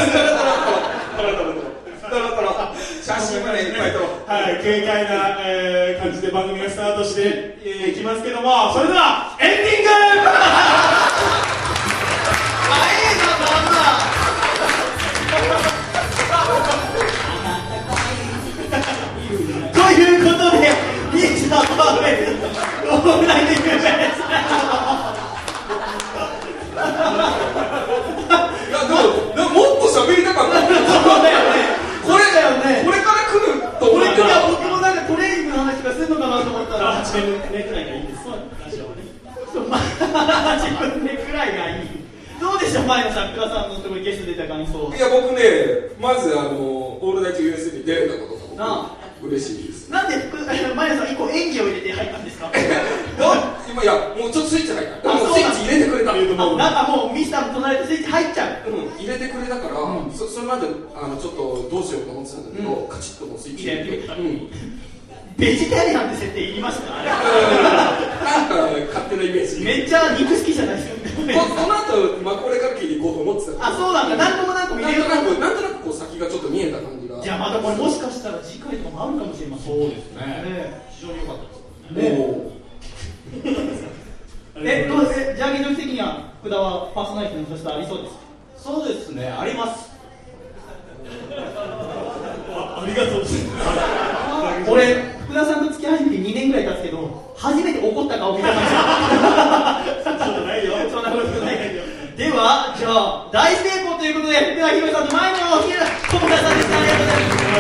写真もね、いっぱい撮ろう。 はい、軽快な、感じで番組がスタートしていきますけども、それではエンディング。ということで、ミスターパーフェクトオールナイトニュージャーです。 いや、でももっと喋りたかった。これから来ると思ってた。 僕もなんかトレーニングの話がするのかなと思ったら 8分目くらいがいいです。ラジオはね。 8分目くらいがいい。どうでしょう、前野さん、福田さんのところにゲスト出た感想。 いや、僕ね、まずオールナイト US に出れたことが僕嬉しいです。 なんで前野さん一個演技を入れて入ったんですか。 今、いや、もうちょっとスイッチ入った。もうスイッチ入れてくれた。 なんかもうミスターの隣でスイッチ入っちゃう。 入れてくれたから、それまでちょっとどうしようと思ってたんだけど、カチッともうスイッチ入れて。 ベジタリアンって設定いりました。 なんか勝手なイメージ。 めっちゃ肉好きじゃないですか。 この後マコーレーカルキーに行こうと思ってた。 あ、そうなんだ。何個も何個も入れよう。 なんとなくこう先がちょっと見えた感じが。 じゃあまたこれもしかしたら次回とかもあるかもしれません。 そうですね。非常に良かったです。どうです。ジャーゲージ的には福田はパーソナリティの素質ありそうですか。 そうですね、あります。 ありがとうございます。 俺、福田さんと付き合い始めて2年ぐらい経つけど、初めて怒った顔見た感じ。 そうないよ。 そんなことないけど。では、じゃあ、大成功ということで、福田博さんと前野智也さんです。ありがとうござい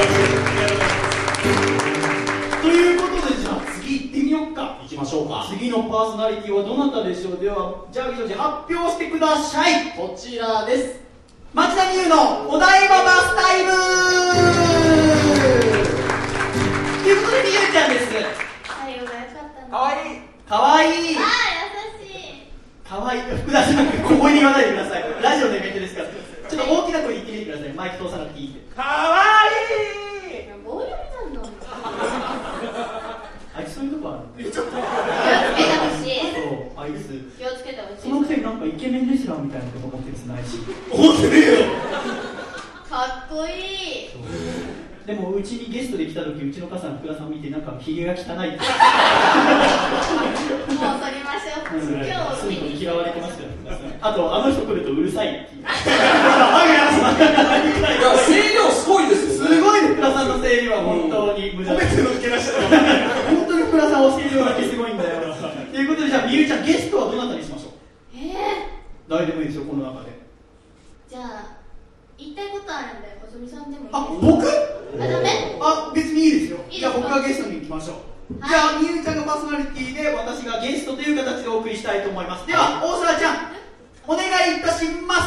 ます。ということで、じゃあ次行ってみようか。 行きましょうか。 次のパーソナリティはどなたでしょう。では、じゃあ、発表してください。 こちらです。 町田美優のお台場バスタイムということで、美優ちゃんです。 最後が良かったね。 かわいい。かわいい。 あー、優しい。 かわいい。福田さん、小声に言わないでください。ラジオのイベントですから。ちょっと大きな声で言ってみてください。マイク通さなくていいんで。かわいい。 棒読みなんだ。 あいつそういうとこある。 気をつけてほしい。 そう、あいつ。 気をつけてほしい。 そのくせになんかイケメンレスラーみたいなこと思ってる人ないし。 思ってねえよ。 かっこいい。 でもうちにゲストで来た時、うちの母さん福田さん見てなんかひげが汚いって。 もう取りましょう。今日そういうの嫌われてましたよ。あとあの人来るとうるさいっていう。いや声量すごいですよね。 すごいね、福田さんの声量は本当に無駄。 褒めてるのけなしてた。 本当に福田さんの声量だけすごいんだよ。ということで、じゃあみゆちゃんゲストはどなたにしましょう。誰でもいいですよ、この中で。 じゃあ言いたいことあるんで、細見さんでもいいですか。 あ、僕？ あ、ダメ？ あ、別にいいですよ。 いいですか。 じゃあ僕がゲストに行きましょう。じゃあみゆちゃんがパーソナリティで、私がゲストという形でお送りしたいと思います。では大空ちゃん、お願いいたします。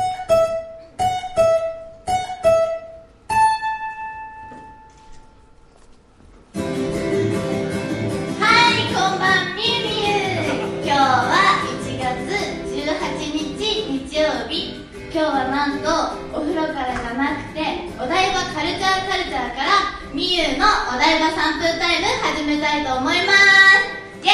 はい、こんばんみゆみゆ。今日は1月18日日曜日。今日はなんとお風呂からじゃなくてお台場カルチャーからみゆのお台場3分タイム始めたいと思います。イエーイ。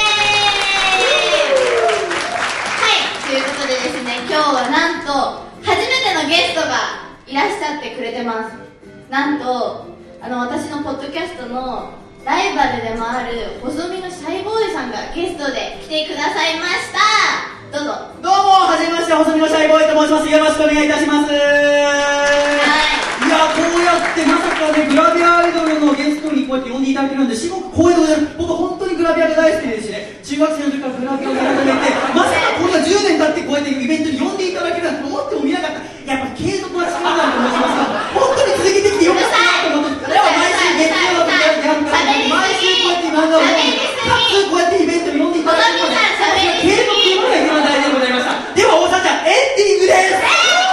はいということでですね、今日はなんと初めてのゲストがいらっしゃってくれてます。なんと私のポッドキャストのライバルでもある細身のシャイボーイさんがゲストで来てくださいました。どうぞ。 どうも、はじめまして、細身のシャイボーイと申します。よろしくお願いいたします。いや、こうやってまさかね、グラビアアイドルのゲストにこうやって呼んでいただけるんで、すごく光栄でございます。僕本当にグラビアが大好きですしね、中学生の時からグラビアをやり始めて、まさかこれが10年経ってこうやってイベントに呼んでいただけるなんて思ってもみなかった。やっぱ継続は力だと思いますが、本当に続けてきてよかったなと思って、では毎週月曜日やるから、毎週こうやって漫画を読んで、かつこうやってイベントに呼んでいただけるので、継続というものが一番大事でございました。では大沢ちゃん、エンディングです。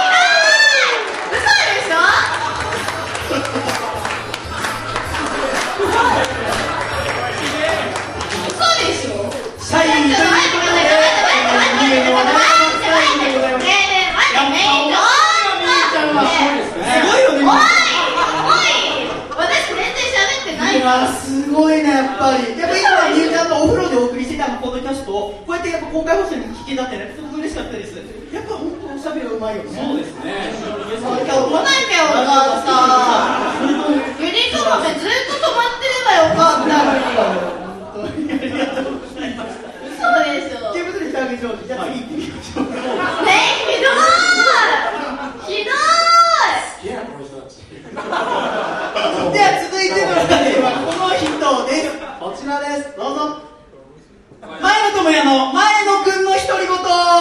すごいね、やっぱり。やっぱ今みゆちゃんとお風呂でお送りしてたポッドキャストをこうやってやっぱ公開放送に聞けたってね、すごく嬉しかったです。やっぱ本当おしゃべりうまいよね。 そうですね。 来なきゃよかったゆりかもめずっと止まってればよかったのに。 ありがとうございます。 そうでしょ。 ということで、じゃあ次行ってみましょう。 ひどいひどい。 いや、この人たち。 では続いてのラジオはこの人です。こちらです。どうぞ。前野智也の前野くんの独り言。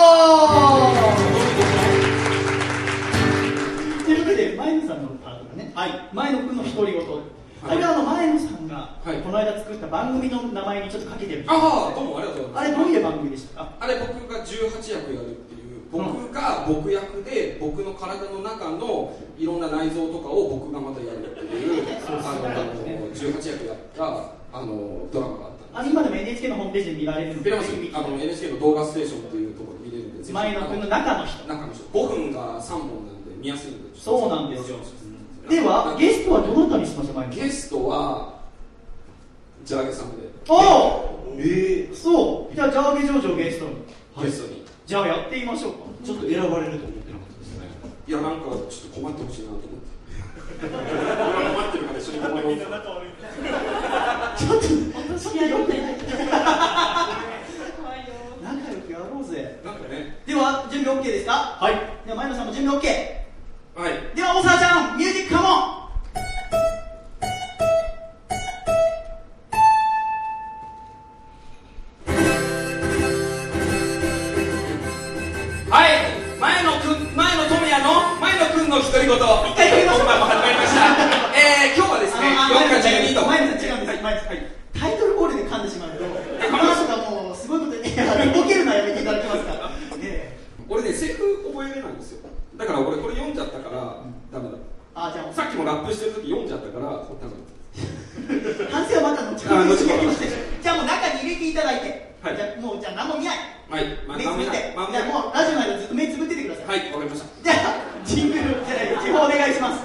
ということで、前野さんのパートがね、はい、前野くんの独り言。これは前野さんがこの間作った番組の名前にちょっとかけてる。 ああ、どうもありがとうございます。 あれどういう番組でしたか？ あれ僕が18役やるっていう、僕が僕役で僕の体の中のいろんな内臓とかを僕がまたやるっていう18役やったドラマがあったんです。 今でも NHK のホームページで見られるので、 NHK の動画ステーションっていうところで見れるんで、 前野君の中の人 5分が3本なんで見やすいんで。 そうなんですよ。ではゲストはどなたにしましょう？ ゲストはジャーゲさんで。 そう。じゃあジャーゲジョージをゲストに。 ゲストに。 じゃあやってみましょうか。 ちょっと選ばれると思ってなかったですね。 いや、なんかちょっと困ってほしいなと思って。困ってるから一緒に困ろう。 ちょっとやろうね。仲良くやろうぜ。 なんかね。 では準備 OK ですか？ はい。 では前野さんも準備 OK。 はい。 では大沢ちゃん、ミュージックカモン。 はい、前野智也の前野くんの独り言。 一回撮りましょう。 今も始まりました。今日はですね、4か12と。 前野さん違うんです。タイトルコールで噛んでしまうと、この人がもうすごいことでボケるのはやめていただけますか？ 俺ね、セリフ覚えれないんですよ。だから俺これ読んじゃったからダメだ。 じゃあさっきもラップしてる時読んじゃったからダメだ。 反省はまた後ほど。じゃあもう中に入れていただいて、じゃあもう何も見ない。 はい、 目つぶって。じゃあもうラジオの間ずっと目つぶっててください。 はい、わかりました。 じゃあジングルじゃない地方お願いします。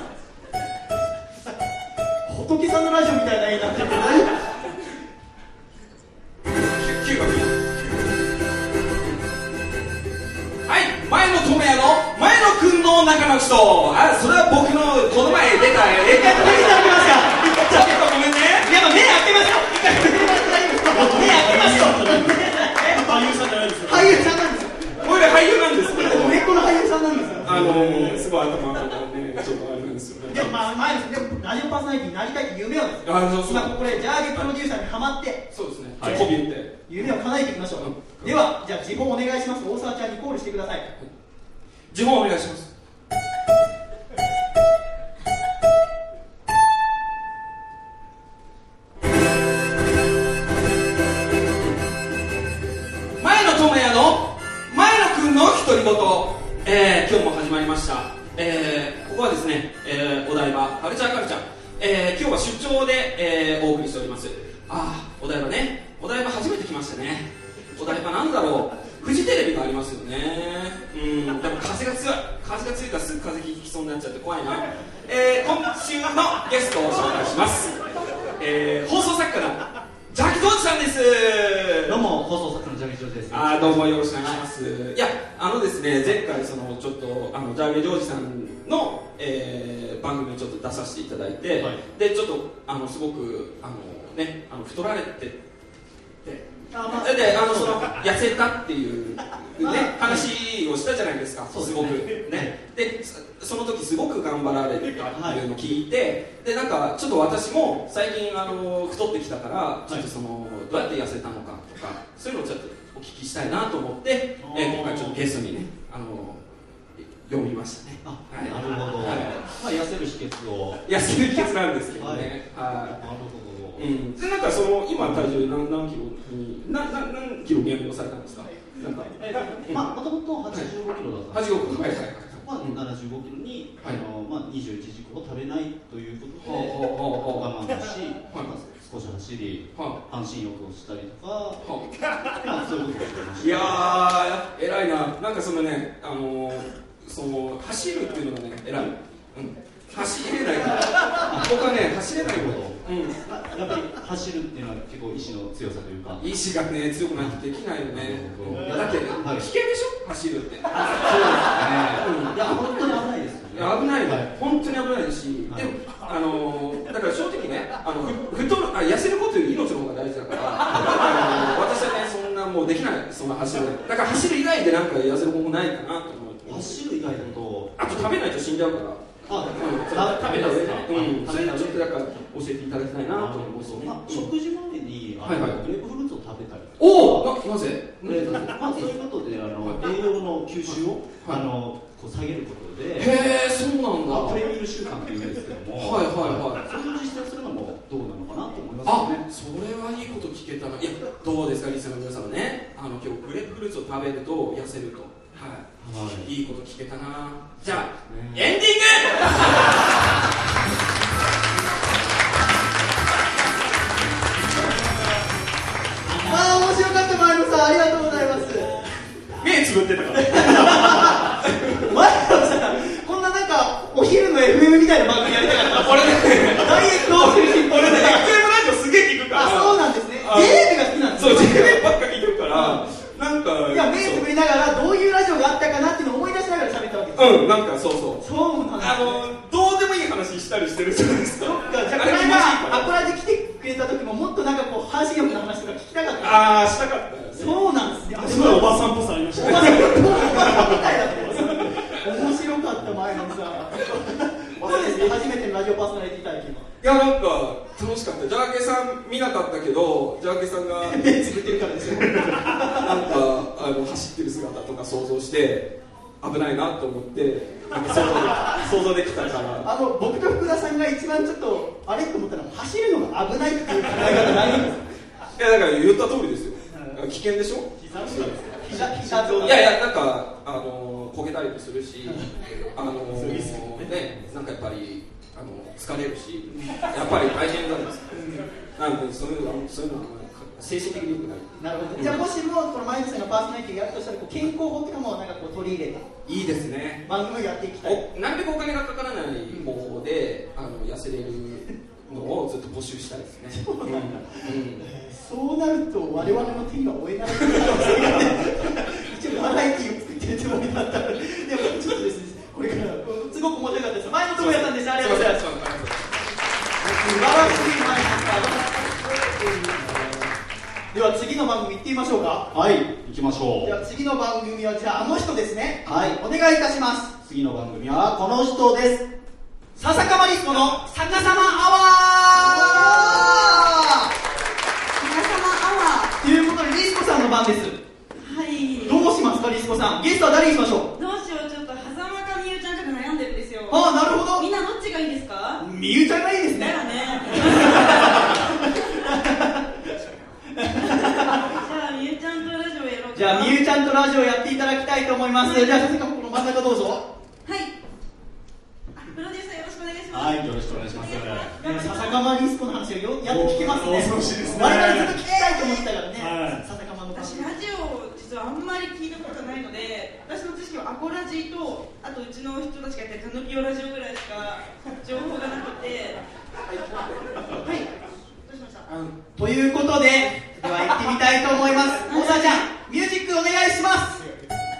仏さんのラジオみたいな絵になってるけど 9番。はい、前野智也の前野くんの中の人。それは僕のこの前出た一回止めていただけますか？ ちょっとごめんね。 やっぱ目開けますよ。一回目開けますよ。 俳優さんじゃないですよ。 俳優さんなんですよ。 これ俳優なんですけど、 売れっ子の俳優さんなんですよ。 すごい頭がね、ちょっとあれなんですよね。 でもでもラジオパーソナリティになりたいって夢をです。今これジャーゲプロデューサーにハマって、 そうですね。こび言って。 夢を叶えていきましょう。ではじゃあ自分お願いします。大沢ちゃんにコールしてください。 自分お願いします。前野智也の前野くんの独り言。今日も始まりました。ここはですね、お台場カルチャー。今日は出張で、お送りしております。お台場ね。お台場初めて来ましたね。お台場なんだろう。フジテレビがありますよね。でも風が強い。 風がついたらすぐ風邪ひきそうになっちゃって怖いな。今週のゲストを紹介します。放送作家のジャーキジョージさんです。 どうも放送作家のジャーキジョージです。 どうもよろしくお願いします。いやですね、前回ちょっとジャーキジョージさんの、番組をちょっと出させていただいて、はい、でちょっとすごく太られてて、でその痩せたっていうね話をしたじゃないですか。すごくね。でその時すごく頑張られてたっていうのを聞いて、でなんかちょっと私も最近太ってきたからちょっとどうやって痩せたのかとかそういうのをちょっとお聞きしたいなと思って、今回ちょっとゲストにね読みましたね。 なるほど。痩せる秘訣なんですけどね。なるほど。でなんか今体重何キロ減量されたんですか？ もともと85キロだったんですけど、75キロに21時以降食べないということで我慢し、少し走り、半身浴をしたりとか、そういうことをしてました。 いやー偉いな。なんか走るっていうのがね偉い。走れないから僕はね走れないこと、 やっぱり走るっていうのは結構意志の強さというか、 意志がね強くないとできないよね。だって危険でしょ走るって。そうですね。 いや本当に危ないですよね。 危ないの、本当に危ないし、でもだから正直ね痩せることより命の方が大事だから私はねそんなもうできない。そんな走るだから走る以外でなんか痩せる方法ないかなと思って。 走る以外だとあと食べないと死んじゃうから。食べた上でそれをちょっとだから教えていただきたいなと思いますね。 食事前にグレープフルーツを食べたり。 なぜ？ そういうことで栄養の吸収を下げることで。 へえ、そうなんだ。 プレミル習慣っていうんですけども、それを実践するのもどうなのかなと思いますね。 それはいいこと聞けたな。いやどうですかリスナーの皆さんはね、今日グレープフルーツを食べると痩せると。いいこと聞けたな。じゃあエンディング面白かった。前野さんありがとうございます。 目つぶってたから前野さんこんなお昼の FM みたいな番組やりたかった。俺ねダイエットをする日俺ね FM ラジオすげえ聞くから。 そうなんですね。テレビが好きなんですよ。 そうテレビばっか聞いてるからいや目つぶりながらどういうラジオがあったかなっていうのを思い出しながら喋ったわけですよ。 なんかそうなんですどうでもいい話したりしてるじゃないですか。 そっか。じゃあこの間アコラジ来てくれた時ももっと半身浴の話とか聞きたかった。 したかった。 そうなんですね。 すごいおばさんっぽさありましたね。 おばさんみたいだった面白かった。前野さんそうですね。初めてのラジオパーソナリティ体験。 いやなんか楽しかった。ジャーゲさん見なかったけどジャーゲさんが目つぶってるからですよ。 なんか走ってる姿とか想像して危ないなと思って想像できたから僕と福田さんが一番ちょっとあれと思ったのは走るのが危ないっていう考え方ないんですか。 いやだから言った通りですよ。危険でしょ。いやなんか焦げたりもするしなんかやっぱり疲れるしやっぱり大変なんですよ。なんでそういうのは精神的に良くなる。 なるほど。じゃあもしもこの前野さんがパーソナリティやるとしたら健康法とかも取り入れていいですね。 番組をやっていきたい。 なるべくお金がかからない方法で痩せれるのをずっと募集したいですね。 そうなると我々の手には負えない一応バラエティーを作ってるつもりだったので、でもちょっとですねこれからすごく面白かったです。前野智也さんでした。ありがとうございます。素晴らしい前野さん。では次の番組行ってみましょうか。 はい、行きましょう。 では次の番組はじゃあの人ですね。はい、お願いいたします。 次の番組はこの人です。 笹かまリスコの逆さまアワー。逆さまアワーということでリスコさんの番です。 はい。 どうしますかリスコさん。ゲストは誰にしましょう。 どうしよう。ちょっと狭間かみゆちゃんちょっと悩んでるんですよ。 なるほど。 みんなどっちがいいですか。 みゆちゃんがいいですね。 だよね。 じゃあみゆちゃんとラジオやっていただきたいと思います。じゃあ先生この真ん中どうぞ。 はい。プロデューサーよろしくお願いします。 はい、よろしくお願いします。 笹かまリスコの話をやっと聞けますね。 恐ろしいですね。 我々ずっと聞きたいと思ってたからね。笹かまの私ラジオ実ははあんまり聞いたことがないので、私の知識はアコラジと、あとうちの人たちがやってるタヌキオラジオぐらいしか情報がなくて。はい、どうしました？ ということで、では行ってみたいと思います。大沢ちゃん、ミュージックお願いします。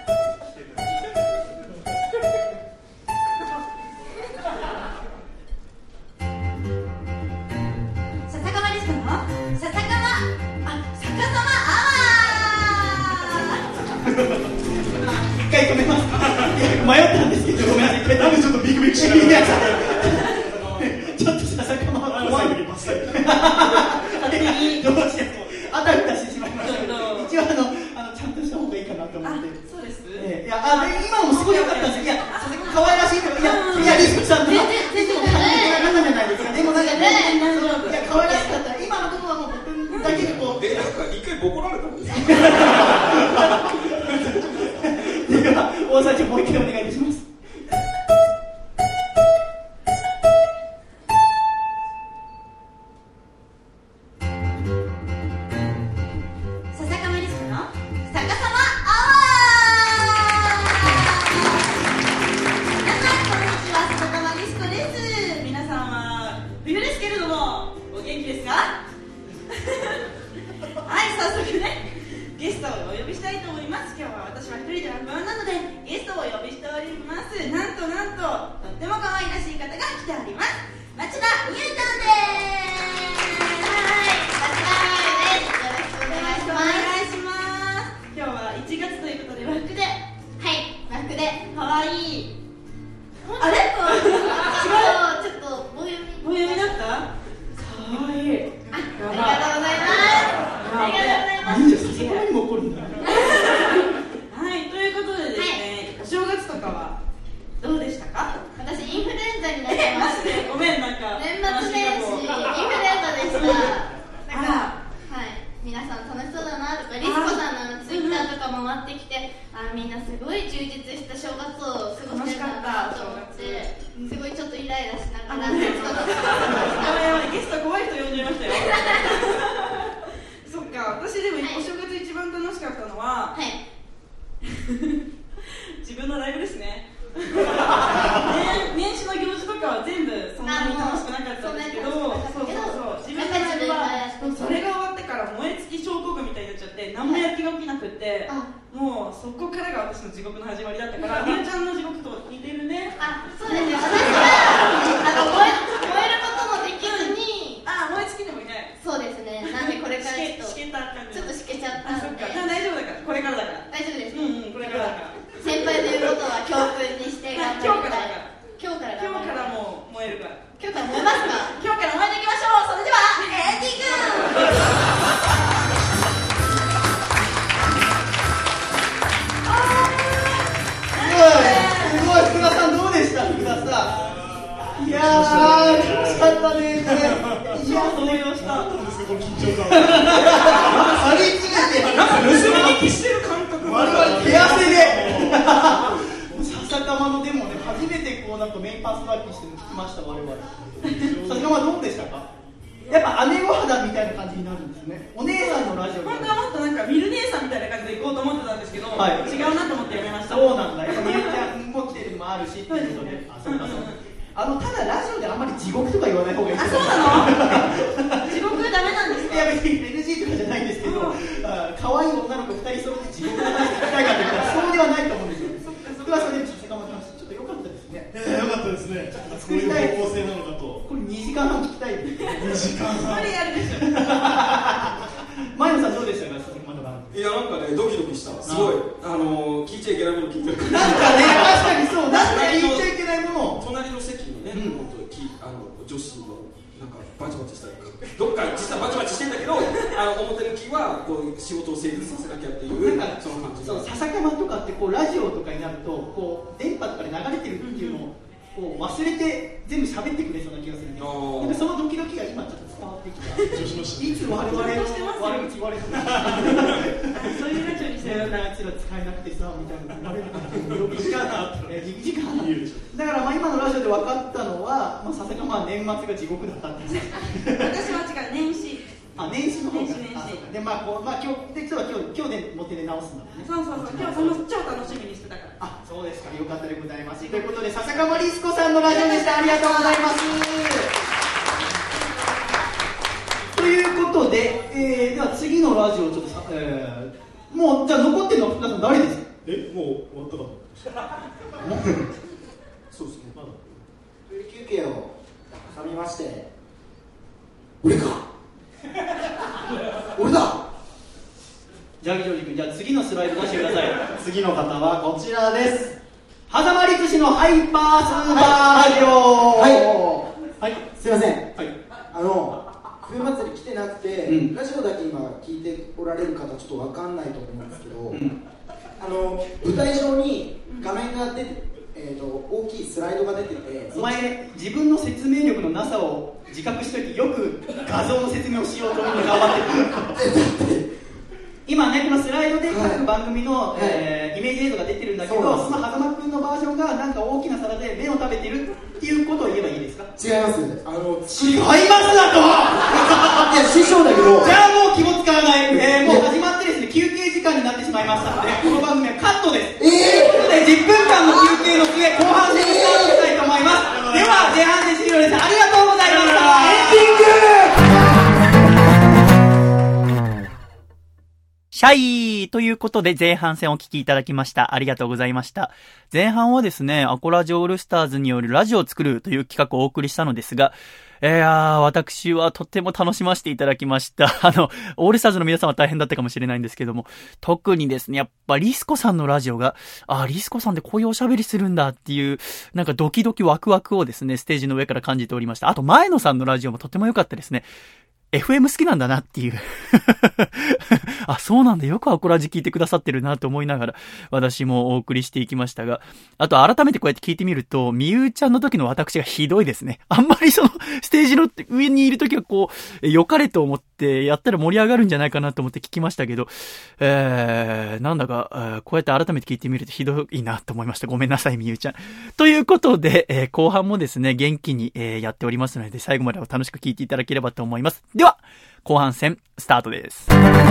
笹川リスコの笹川逆さまアワー。 一回止めます。迷ったんですけど、ごめんなさい。なんでちょっとビクビクしてるんですか。ちょっと笹川は怖い。どうしてもあたふたしてしまいましたけど、一応ちゃんとした方がいいかなと思って。 そうです。 いや今もすごい良かったんです。いや可愛らしいとか、いやリスコさんといつも感じてなかったじゃないですか。でもなんかね、いや可愛らしかった。今の部分はもう僕だけでこう。 なんか一回ボコられたんですか。 では大沢ちゃんもう一回お願いいたします。だから今のラジオで分かったのは、笹川は年末が地獄だったって。 私は違う、年始。 年始の方が年始で、まあ今日で今日で持って出直すんだもんね。 そう今日超楽しみにしてたから。 あ、そうですか、よかったでございます。ということで笹川リスコさんのラジオでした。ありがとうございます。ということで、では次のラジオちょっともうじゃあ残ってるのは皆さん誰ですか？ もう終わったかもそうですね、まだトイレ休憩を挟みまして、俺か俺だ。 じゃあジョージ君、じゃあ次のスライド出してください。 次の方はこちらです。 狭間律師のハイパースーパーラジオ。 はい、すいません。 はい、 冬祭り来てなくて、ラジオだけ今聞いておられる方ちょっと分かんないと思うんですけど、舞台上に画面が出て、大きいスライドが出てて、 お前自分の説明力のなさを自覚しといてよく画像の説明をしようと思って頑張ってる今ね、このスライドで各番組の、イメージ映像が出てるんだけど、その狭間くんのバージョンがなんか大きな皿で麺を食べてるっていうことを言えばいいですか？ 違います。 違いますだといや、師匠だけど。 じゃあもう気も使わない。もう始まってですね、休憩時間になってしまいましたので、この番組はカットです。ということで10分間の休憩の末、後半戦にスタートしたいと思います。では前半戦終了です。ありがとうございました。エンディング。 シャイということで前半戦お聞きいただきました。ありがとうございました。前半はですね、アコラジオールスターズによるラジオを作るという企画をお送りしたのですが、私はとっても楽しませていただきました。オールスターズの皆さんは大変だったかもしれないんですけども、特にですね、やっぱリスコさんのラジオが、リスコさんでこういうおしゃべりするんだっていう、なんかドキドキワクワクをですね、ステージの上から感じておりました。あと、前野さんのラジオもとても良かったですね。FM 好きなんだなっていう。そうなんだ。よくアコラジ聞いてくださってるなと思いながら、私もお送りしていきましたが、あと改めてこうやって聞いてみると、みゆちゃんの時の私がひどいですね。あんまりステージの上にいる時は良かれと思ってやったら盛り上がるんじゃないかなと思って聞きましたけど、なんだか、こうやって改めて聞いてみるとひどいなと思いました。ごめんなさい、みゆちゃん。ということで、後半もですね、元気に、やっておりますので、最後までお楽しく聞いていただければと思います。では、後半戦、スタートです。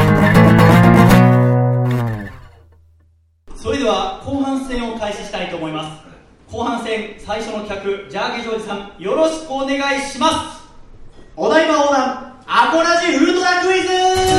それでは、後半戦を開始したいと思います。後半戦、最初の企画、ジャーゲジョージさん、よろしくお願いします。 お台場横断、アコラジウルトラクイズ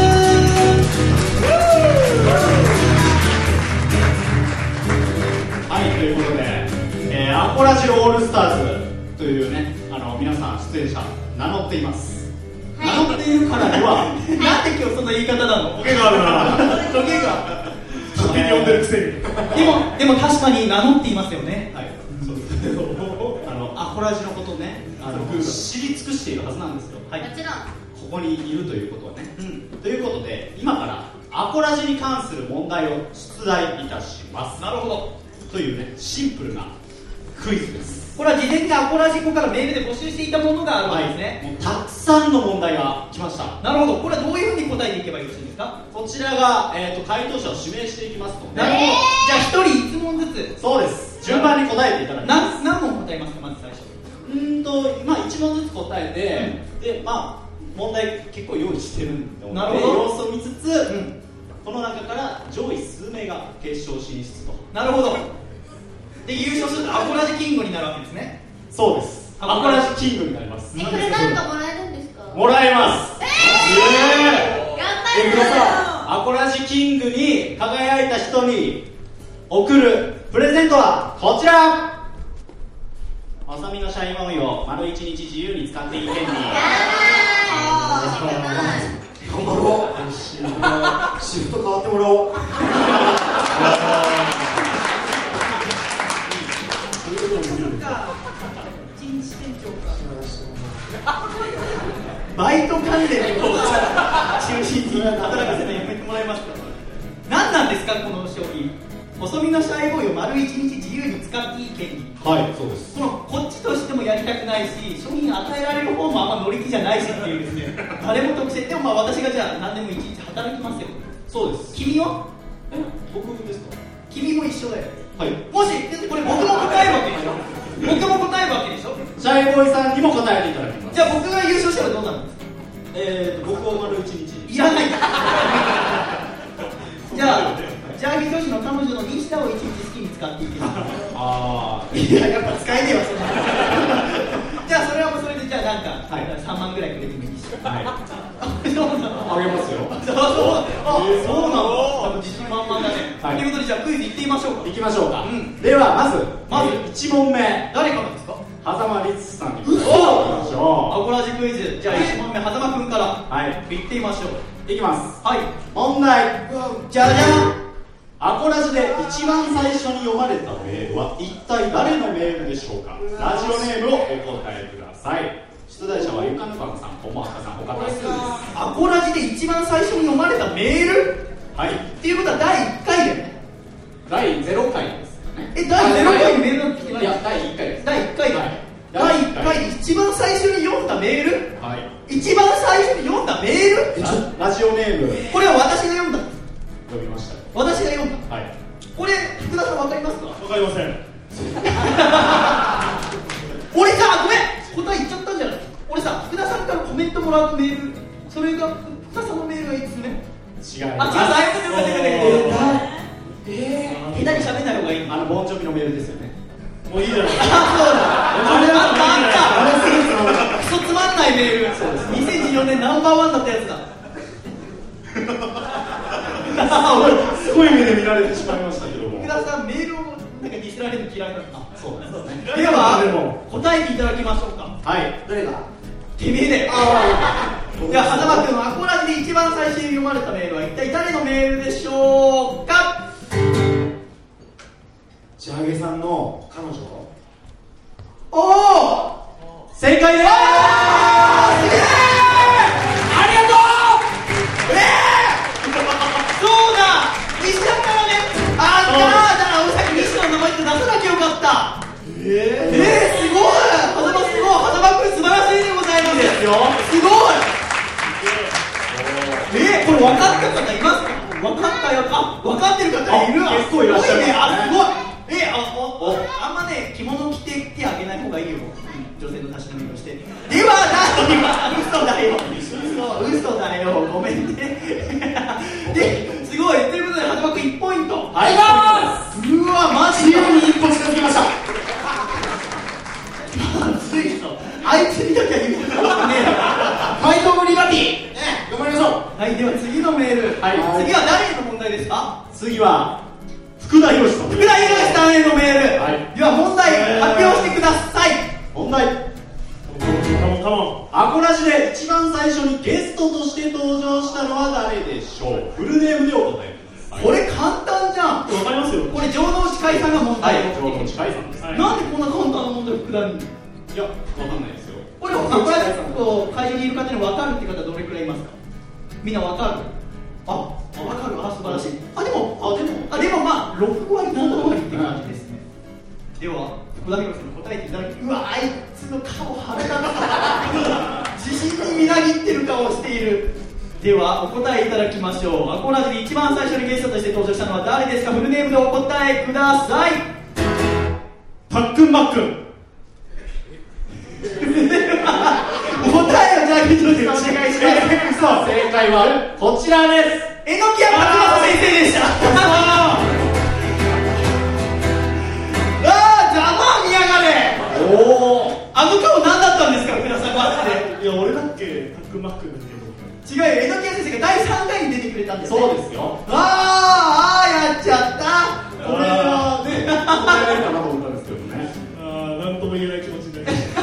はい、ということで、アコラジオールスターズというね、皆さん出演者、名乗っています。名乗っているからにはなんで今日そんな言い方なの？ トゲがあるなトゲが勝手に呼んでるくせにでも確かに名乗っていますよね。 はい、そうですアコラジのことね、知り尽くしているはずなんですよ。はい、もちろんここにいるということはね、ということで今からアコラジに関する問題を出題いたします。 なるほど。 というね、シンプルなクイズです。 これは事前にアコラジコからメールで募集していたものがあるわけですね。 はい、もうたくさんの問題が来ました。 なるほど。これはどういうふうに答えていけばよろしいですか？ こちらが、回答者を指名していきますので、 なるほど。じゃあ1人1問ずつ。 そうです。順番に答えていただきます。 何問答えますか、まず最初。 今1問ずつ答えて、で、問題結構用意してるんで、 なるほど。 様子を見つつ、この中から上位数名が決勝進出と。 なるほど。で、優勝するとアコラジキングになるわけですね。 そうです。アコラジキングになります。 これなんかもらえるんですか？ もらえます。 頑張る。 アコラジキングに輝いた人に贈るプレゼントはこちら。細身のシャインマスを丸1日自由に使っていい権利。 頑張ろう。シフト変わってもらおう。 バイト関連の中心に働かせてやめてもらえますか？何なんですかこの商品。細身のシャイボーイを丸1日自由に使っていい権利。 はい、そうです。 こっちとしてもやりたくないし、商品与えられる方もあんま乗り気じゃないしっていうですね、誰も得して、でも私がじゃあ何でも1日働きますよ。 そうです。 君は？ 僕ですか？ 君も一緒だよ。 はい。 もし、これ僕も答えるわけでしょ？僕も答えるわけでしょ？ シャイボーイさんにも答えていただきます。 じゃあ僕が優勝したらどうなるんですか？ 僕を丸1日いらないじゃあジャーギー女子の彼女の西田を1日好きに使っていきますああいややっぱ使えねえわそんなじゃあそれはもうそれでじゃあなんか、3万ぐらいくれてもいいしはいそうなのあげますよそうなの自信満々だね、ということでじゃあクイズいってみましょうかいきましょうか、ではまず1問目誰からですか狭間律さんに嘘いきましょアコラジクイズじゃあ1問目狭間くんからうはいいってみましょういきますはい問題じゃじゃんアコラジで一番最初に読まれたメールは一体誰のメールでしょうか。ラジオネームをお答えください。出題者はゆかぬかのさん、ともはかさん、岡田すです。 アコラジで一番最初に読まれたメールはいっていうことは第1回だよね。 第0回ですよね。 第0回にメールなんて来てない。 いや、第1回です。 第1回だ、第1回で一番最初に読んだメール、 はい、 一番最初に読んだメール、 ラジオネームこれは私が読んだ。 読みました。 私が読んだ。 はい。 これ福田さん分かりますか。 わかりません。 俺さごめん答え言っちゃったんじゃない。俺さ福田さんからコメントもらうメール、それが福田さんのメールがいつね。 違います。 あ違う、下手に喋んない方がいい。 ボンジョビのメールですよね。 もういいじゃない。 あったクソつまんないメール。2014年ナンバーワンだったやつだ。 すごい目で見られてしまいましたけども。 福田さんメールをなんかディスられるの嫌いなんだ。 そうですね。 では答えていただきましょうか。 はい。誰が？ てめえだよ。では狭間君、アコラジで一番最初に読まれたメールは一体誰のメールでしょうか。 ジャーゲさんの彼女。 おお正解です。 そうだ西田からね。あんただから俺さっき西田の名前って出さなきゃよかった。すごい狭間すごい、狭間君素晴らしいでございます。すごい。これ分かった方いますか。分かったよ。分かってる方いる。 結構いらっしゃる。 すごい。あんまね着物着て手あげない方がいいよ。女性のたしなみとして。では嘘だよ。嘘だよ。ごめんね。ですごい。ということで狭間君1ポイント。 ありがとうございます。 うわマジチームに1個近づきました。 まずいぞ。あいつにだけは言うことねえな。 ファイトオブリバティ。頑張りましょう。 はい、では次のメール。次は誰への問題ですか。 次は福田博さん。 福田博さんへのメール。では問題発表してください。 問題。アコラジで一番最初にゲストとして登場したのは誰でしょう。フルネームでお答えください。 これ簡単じゃん。 わかりますよ。 これ城之内海さんが問題を。 城之内海さんです。 なんでこんな簡単な問題福田に。 いや、わかんないですよ。 これアコラジと会場にいる方に分かるって方どれくらいいますか。みんな分かる。分かる。素晴らしい。でもまあ6割7割って感じですね。では福田博さんに答えていただき、うわあいつの顔腹立つ。自信にみなぎってる顔をしている。ではお答えいただきましょう。アコラジで一番最初にゲストとして登場したのは誰ですか。フルネームでお答えください。 パックンマックン。 答えをじゃあ議長でお願いします。 正解はこちらです。 榎谷勝正先生でした。邪魔見やがれ。あの顔何だったんですか福田さんマジで。 いや俺だっけパックンマックンだけど。 違うよ、榎谷先生が第3回に出てくれたんですよね。 そうですよ。 やっちゃった。 これはね、答えられるかなと思ったんですけどね。 なんとも言えない気持ちになりました。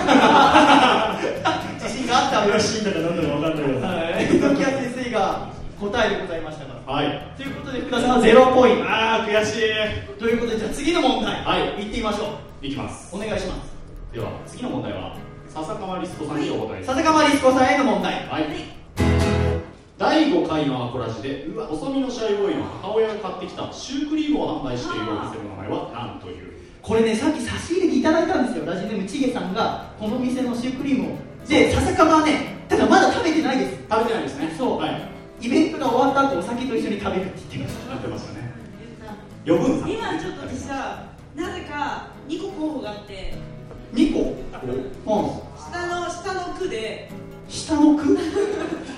自信があったわけ悔しいんだかなんだか分かんないけど。 榎谷先生が答えでございましたから。 はい。 ということで福田さんは0ポイント。 悔しい。 ということでじゃあ次の問題、 はい、 行ってみましょう。 いきます。 お願いします。 では次の問題は笹川リスコさんにお答え。 笹川リスコさんへの問題。 はい。第5回のアコラジで細身のシャイボーイの母親が買ってきたシュークリームを販売しているお店の名前は何という。 これねさっき差し入れにいただいたんですよ。ラジオネームちげさんがこの店のシュークリームを。で笹川はねただまだ食べてないです。 食べてないですね。 そう、イベントが終わった後お酒と一緒に食べるって言ってました。 言ってましたね。余分さん。 今ちょっと私さなぜか2個候補があって。 2個。 下の句で。 下の句。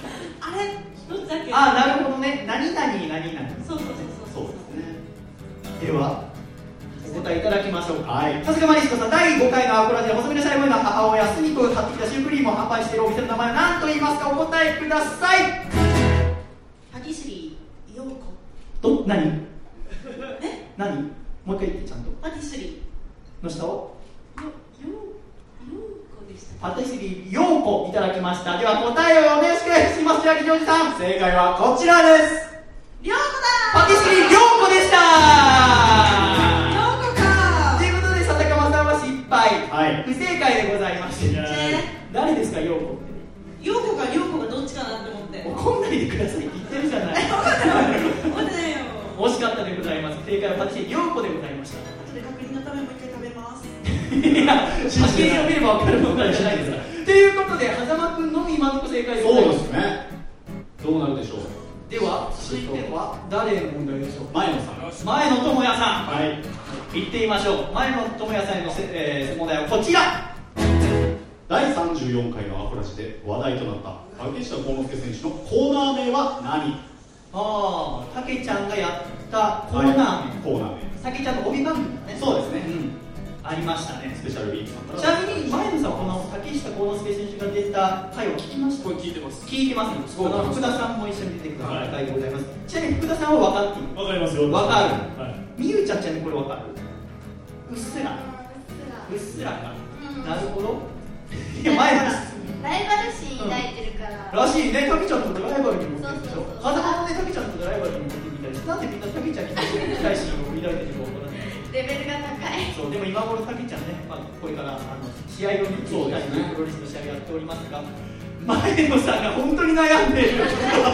あ、なるほどね。何々何々。 そうそうそうですね。 ではお答えいただきましょうか。 はい。 さすがマリスコさん、第5回のアコラジで細身のシャイボーイの母親スニコが買ってきたシュークリームを販売しているお店の名前は何と言いますか。お答えください。 パティスリーヨーコ。 と何何、もう一回言ってちゃんと。 パティスリの下をーヨーコでした。 パティスリーヨーコいただきました。では答えをお願いします。八木ジョージさん。 正解はこちらです。 ヨーコだ。 パティスリーヨーコでした。 ヨーコか。 ということで佐高間さんは失敗、 はい、 不正解でございます。誰ですかヨーコって。 ヨーコかリョウコがどっちかなって思って。 怒んないでくださいって言ってるじゃない。 怒ってないよ。 惜しかったでございます。正解はパティシエヨーコでございました。 後で確認のためもう一回食べます。 いや、写真を見れば分かるものじゃないですから。ということで、狭間君のみ今のところ正解でございます。 そうですね。どうなるでしょう。 では、続いては誰の問題でしょうか。 前野さん。 前野智也さん。 はい。 行ってみましょう。前野智也さんへの問題はこちら。 第34回のアコラジで話題となった竹下幸之助選手のコーナー名は何？ ああ、竹ちゃんがやったコーナー名。 コーナー名。 竹ちゃんの帯番組だね。 そうですね。 ありましたね。 スペシャルウィークさんから。 ちなみに前野さんはこの竹下幸之助選手が出た回を聞きました？ これ聞いてます。 聞いてますね。福田さんも一緒に出てくださった回でございます。ちなみに福田さんは分かっている？ わかりますよ。 分かる。 はい。 みゆちゃんにこれ分かる？うっすら。うっすらか。なるほど。いや前野ライバル心抱いてるから。 らしいね。竹ちゃんのことライバルに持ってるでしょ。 そう風間もね竹ちゃんのことライバルに持ってみたいし、なんでみんな竹ちゃんに期待心を抱いてるか分からない。 レベルが高い。 そうでも今頃竹ちゃんね、これから試合を見ていきたいというプロレスの試合をやっておりますが、前野さんが本当に悩んでいる。で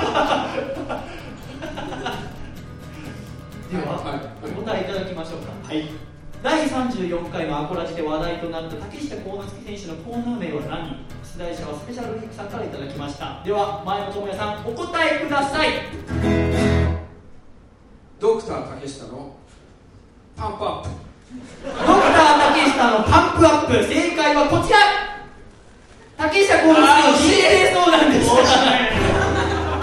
は、お答えいただきましょうか。 はい。 第34回のアコラジで話題となった竹下幸之助選手のコーナー名は何？出題者はスペシャルウィークさんからいただきました。では前野智也さん、お答えください。 ドクター竹下のパンプアップ。 ドクター竹下のパンプアップ。正解はこちら。竹下幸之助の人生相談でした。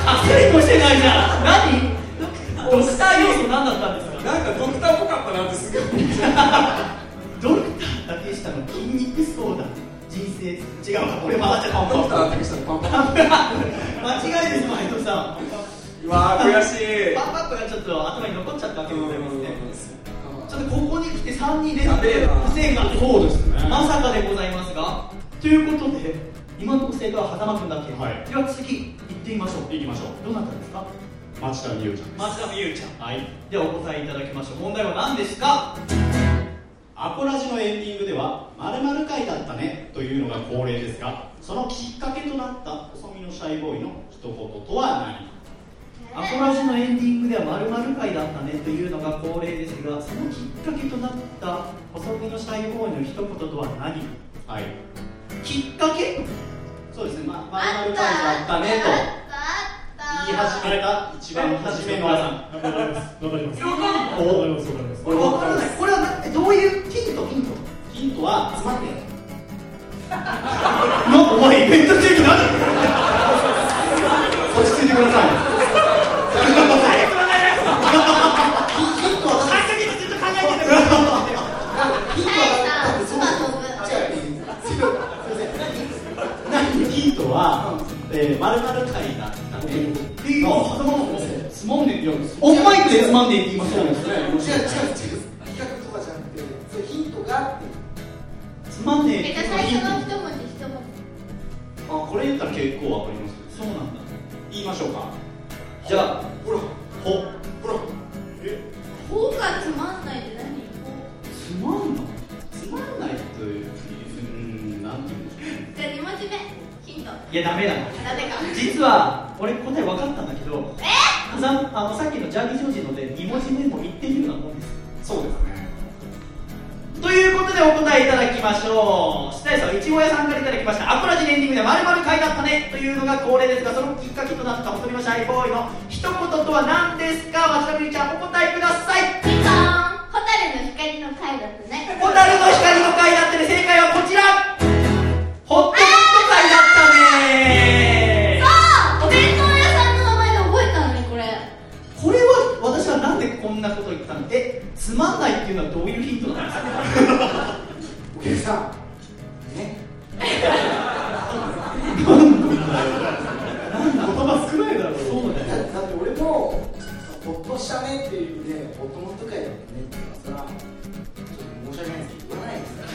かすりもしてないじゃん。何？ドクター要素何だったんですか？ なんかドクターっぽかったなってすごい。 ドクター竹下の筋肉相談。人生違うか、これ回っちゃった。 ドクター竹下のパンプアップ。 間違いです、前野さん。 うわー悔しい。 パンプアップがちょっと頭に残っちゃったわけでございますね。ちょっとここに来て3人連続不正解。 そうですね。 まさかでございますが、ということで今のところ正解は狭間君だけ。 はい。 では次行ってみましょう。 行きましょう。 どなたですか？ 町田美優ちゃんです。 町田美優ちゃん。 はい。 ではお答えいただきましょう。問題は何ですか？ アコラジのエンディングでは〇〇回だったねというのが恒例ですが、そのきっかけとなった細身のシャイボーイの一言とは何？アコラジのエンディングでは〇〇回だったねというのが恒例ですが、そのきっかけとなった細身のシャイボーイの一言とは何？ はい。 きっかけ？ そうですね。〇〇回だったねと言い始めた一番初めの。 わかります。わかります。 わかるの？わかります。わかります。 これわからない。これはどういうヒント？ ヒントはつまってなんかお前イベント中に何？ 落ち着いてください。ヒントは最初にずっと考えててください。ヒントは〇〇回だったねのつまんねえってオンマイクでつまんねえって言いますよね。 違う企画とかじゃなくて、それヒントがあってつまんねえって最初の一文字あ、これ言ったら結構わかります。 そうなんだ。 言いましょうか。 じゃあほらほらほがつまんないって何？ つまんないつまんないというなんていうんですかね。 じゃあ2文字目ヒント。 いやダメだ。 ダメか。 実は俺答え分かったんだけど、さっきのジャーギージョージので2文字目も言ってるようなもんです。 そうですね。 ということでお答えいただきましょう。出題者はいちご屋さんからいただきました。アコラジエンディングで〇〇回だったねというのが恒例ですが、そのきっかけとなった細身のシャイボーイの一言とは何ですか？町田美優ちゃん、お答えください。 ピンポーン。ホタルの光の回だったね。 ホタルの光の回だったね。正解はこちら。ホットモット回だったね。 そう。お弁当屋さんの名前で覚えね。 言葉少ないだろう。そうだよ。 だって俺もほっとしたねっていうね、ほっともっとかいだってねって言いますから、ちょっと申し訳ないですけど言わないです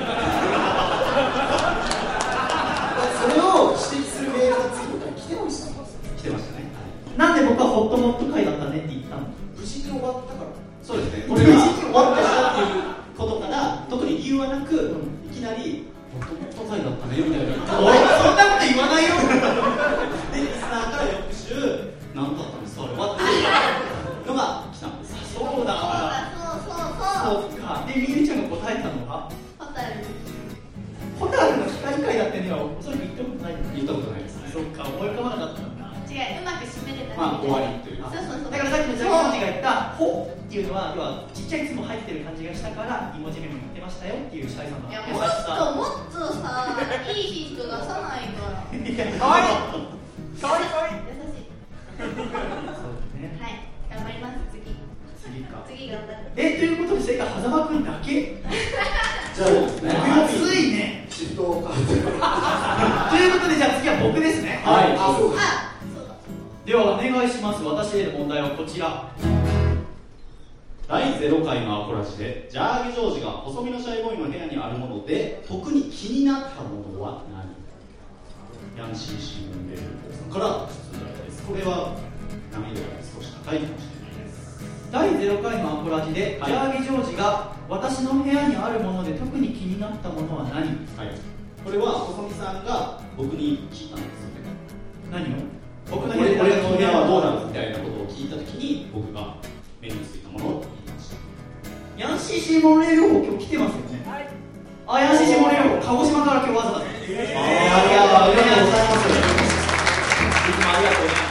それを指摘するメールが次僕に来てましたもん。 来てましたね。 なんで僕はホットモット会だったねって言ったの？ 無事に終わったから。 そうですね。これは終わったっていうことから特に理由はなく、いきなりホットモット会だったねみたいな。 俺そんなこと言わないよ。 でリスナーから翌週何だったんですかあれはっていうのが来たんです。 そうだ。 そうそうか。でみゆちゃんが答えたのはホタル。 ホタルの光会だってね、おそらく言ったことないんだ。 言ったことないですね。 そっか、思い浮かばなかったんだ。 違う、うまく締めれた。 まあ終わりというか。 そうだからさっきのジャッキーが言った「ほ」っていうのは要はちっちゃい「つ」も入ってる感じがしたから2文字目も言ってましたよっていうシャイさんのいや、 優もしさ。 っとさ、いいヒント出さないから。 いやかわいいかわいいかわいい。 優しい。 そうね。 はい、頑張ります。 次か。 次頑張る。 ということで正解狭間くんだけ？ じゃあですね。 熱いね。 シフトを変えて。 ということでじゃあ次は僕ですね。 はい。 あ、そうか。 あ、そうだ。 ではお願いします。私への問題はこちら。 第0回のアコラジでジャーギジョージが細身のシャイボーイの部屋にあるもので特に気になったものは何？ヤンシーシーンレルさんから出題です。これは難易度が少し高いかもしれないです。 第0回のアコラジで、 はいジャーギジョージが私の部屋にあるもので特に気になったものは何？ はい。これは細見さんが僕に聞いたんですよね。 何を？僕の俺部屋の部屋はどうなのみたいなことを聞いたときに僕が目についたものを言いました。 ヤンシーシーモンレール王今日来てますよね。はい。あ、ヤンシーシーモンレール王鹿児島から今日わざわざ。 ありがとうございます。いつもありがとうございます。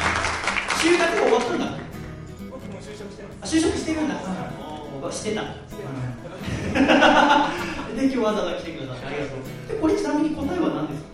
就活が終わったんだ。僕も就職してます。就職してるんだ。僕はしてた。で今日わざわざ来てくださってありがとう。でこれちなみに答えは何ですか？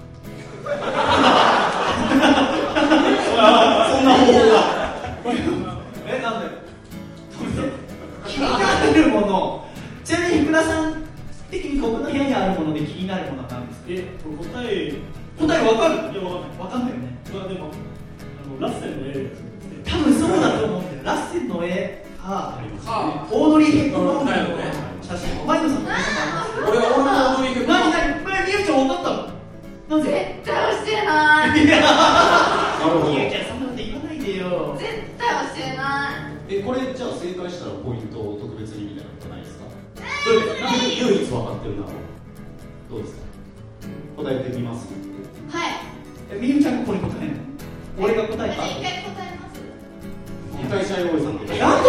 そんな方法が。 なんで？気になるもの。ちなみに福田さん的に僕の部屋にあるもので気になるものは何ですか？ 答えわかる？ いや、わかんない。 わかんないよね。 まあでもラッセンの絵ですね。 多分そうだと思うんだよ。ラッセンの絵かありますはオードリー・ヘップバーンのだよね写真。マイノさんの写真。 俺は俺の踊り曲何これみゆちゃん分かったの？なんで？ 絶対教えない。 いやなるほど。 みゆちゃんそんなこと言わないでよ。 絶対教えない。 これじゃあ正解したらポイントを特別にみたいなことないですか？ どういう唯一分かってるならどうですか？答えてみます？ はい。 みゆちゃんがこれ答えるの？俺が答えた？ 一回答えます。 一回シャイボーイさんとかなん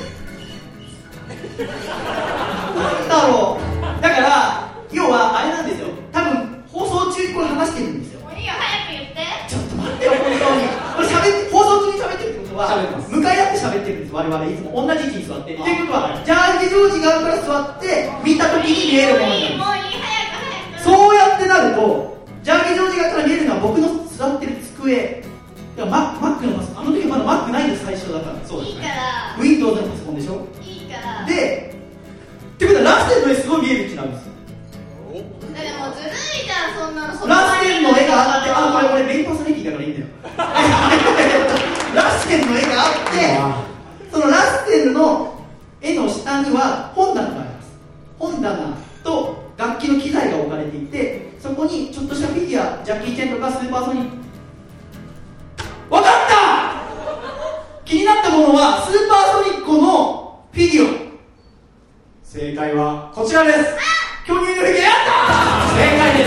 だろう。だから要はあれなんですよ。多分放送中にこれ話してるんですよ。 もういいよ、早く言って。 ちょっと待ってよ本当に。これ放送中に喋ってるってことは喋ってます向かい合って喋ってるんです。我々いつも同じ位置に座って。ということはジャージジョージ側から座って見た時に見えるものなんです。 もういい、早く。 そうやってなるとジャーギジョージ側から見えるのは僕の座ってる机。いやマックのパソコン、あの時はまだマックないんです最初だから。 そうですね。 いいから。 Windows のパソコンでしょ。 いいから。 でってことはラッセンの絵すごい見える位置なんですよ。 だってもうずるいじゃん、そんなの。 ラッセンの絵があって、あ、これメインパーソナリティだからいいんだよ。ラッセンの絵があって、そのラッセンの絵の下には本棚があります。本棚と楽器の機材が置かれていて、そこにちょっとしたフィギュア、ジャッキー・チェンとかスーパーソニック。わかった！気になったものはスーパーソニックのフィギュア。 正解はこちらです。 巨乳のフィギュアやったー！正解です。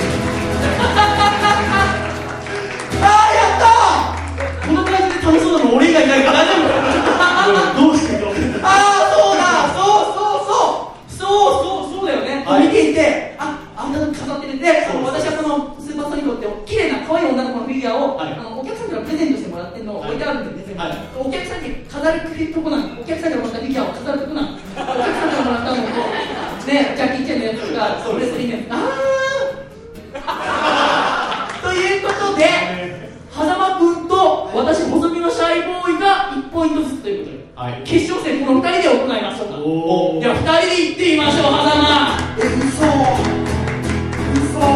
あーやったー！この感じで楽しそうなの俺以外いないから大丈夫？どうしてよ。あーそうだ、そうだよね。見ていて、あんなの飾ってるんで、私はこのスーパーソニックって綺麗な可愛い女の子のフィギュアを、お客さんからプレゼントしてもらってるのを置いてあるんですよ。お客さんに飾るとこなんお客さんからもらったフィギュアを飾るとこなんお客さんからもらったのとね、ジャッキー・チェンのやつとかプレスリーのやつということで狭間君と私細身のシャイボーイが1ポイントずつということで、決勝戦この2人で行いましょうか。では2人で行ってみましょう。狭間嘘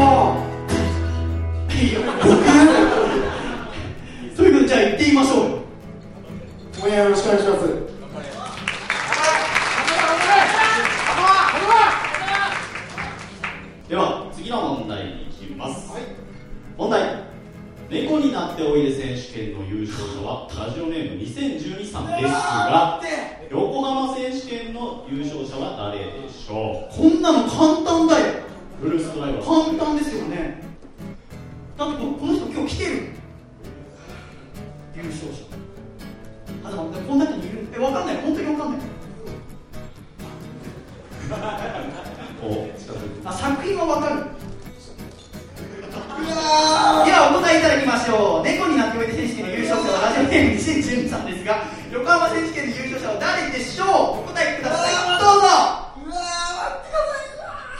次の問題に行きます、問題。猫になっておいで選手権の優勝者はラジオネーム2012さんですが、横浜選手権の優勝者は誰でしょう。 こんなの簡単だよ。 ブルースドライバー簡単ですよね。だってこの人今日来てる優勝者。あ、でもこんな人にいる。わかんない、本当にわかんない。あ、作品はわかる。ではお答えいただきましょう。猫になっておいで選手権の優勝者はラジオネーム2012さんですが、横浜選手権の優勝者は誰でしょう。お答えください。どうぞ。 うわー、待ってください。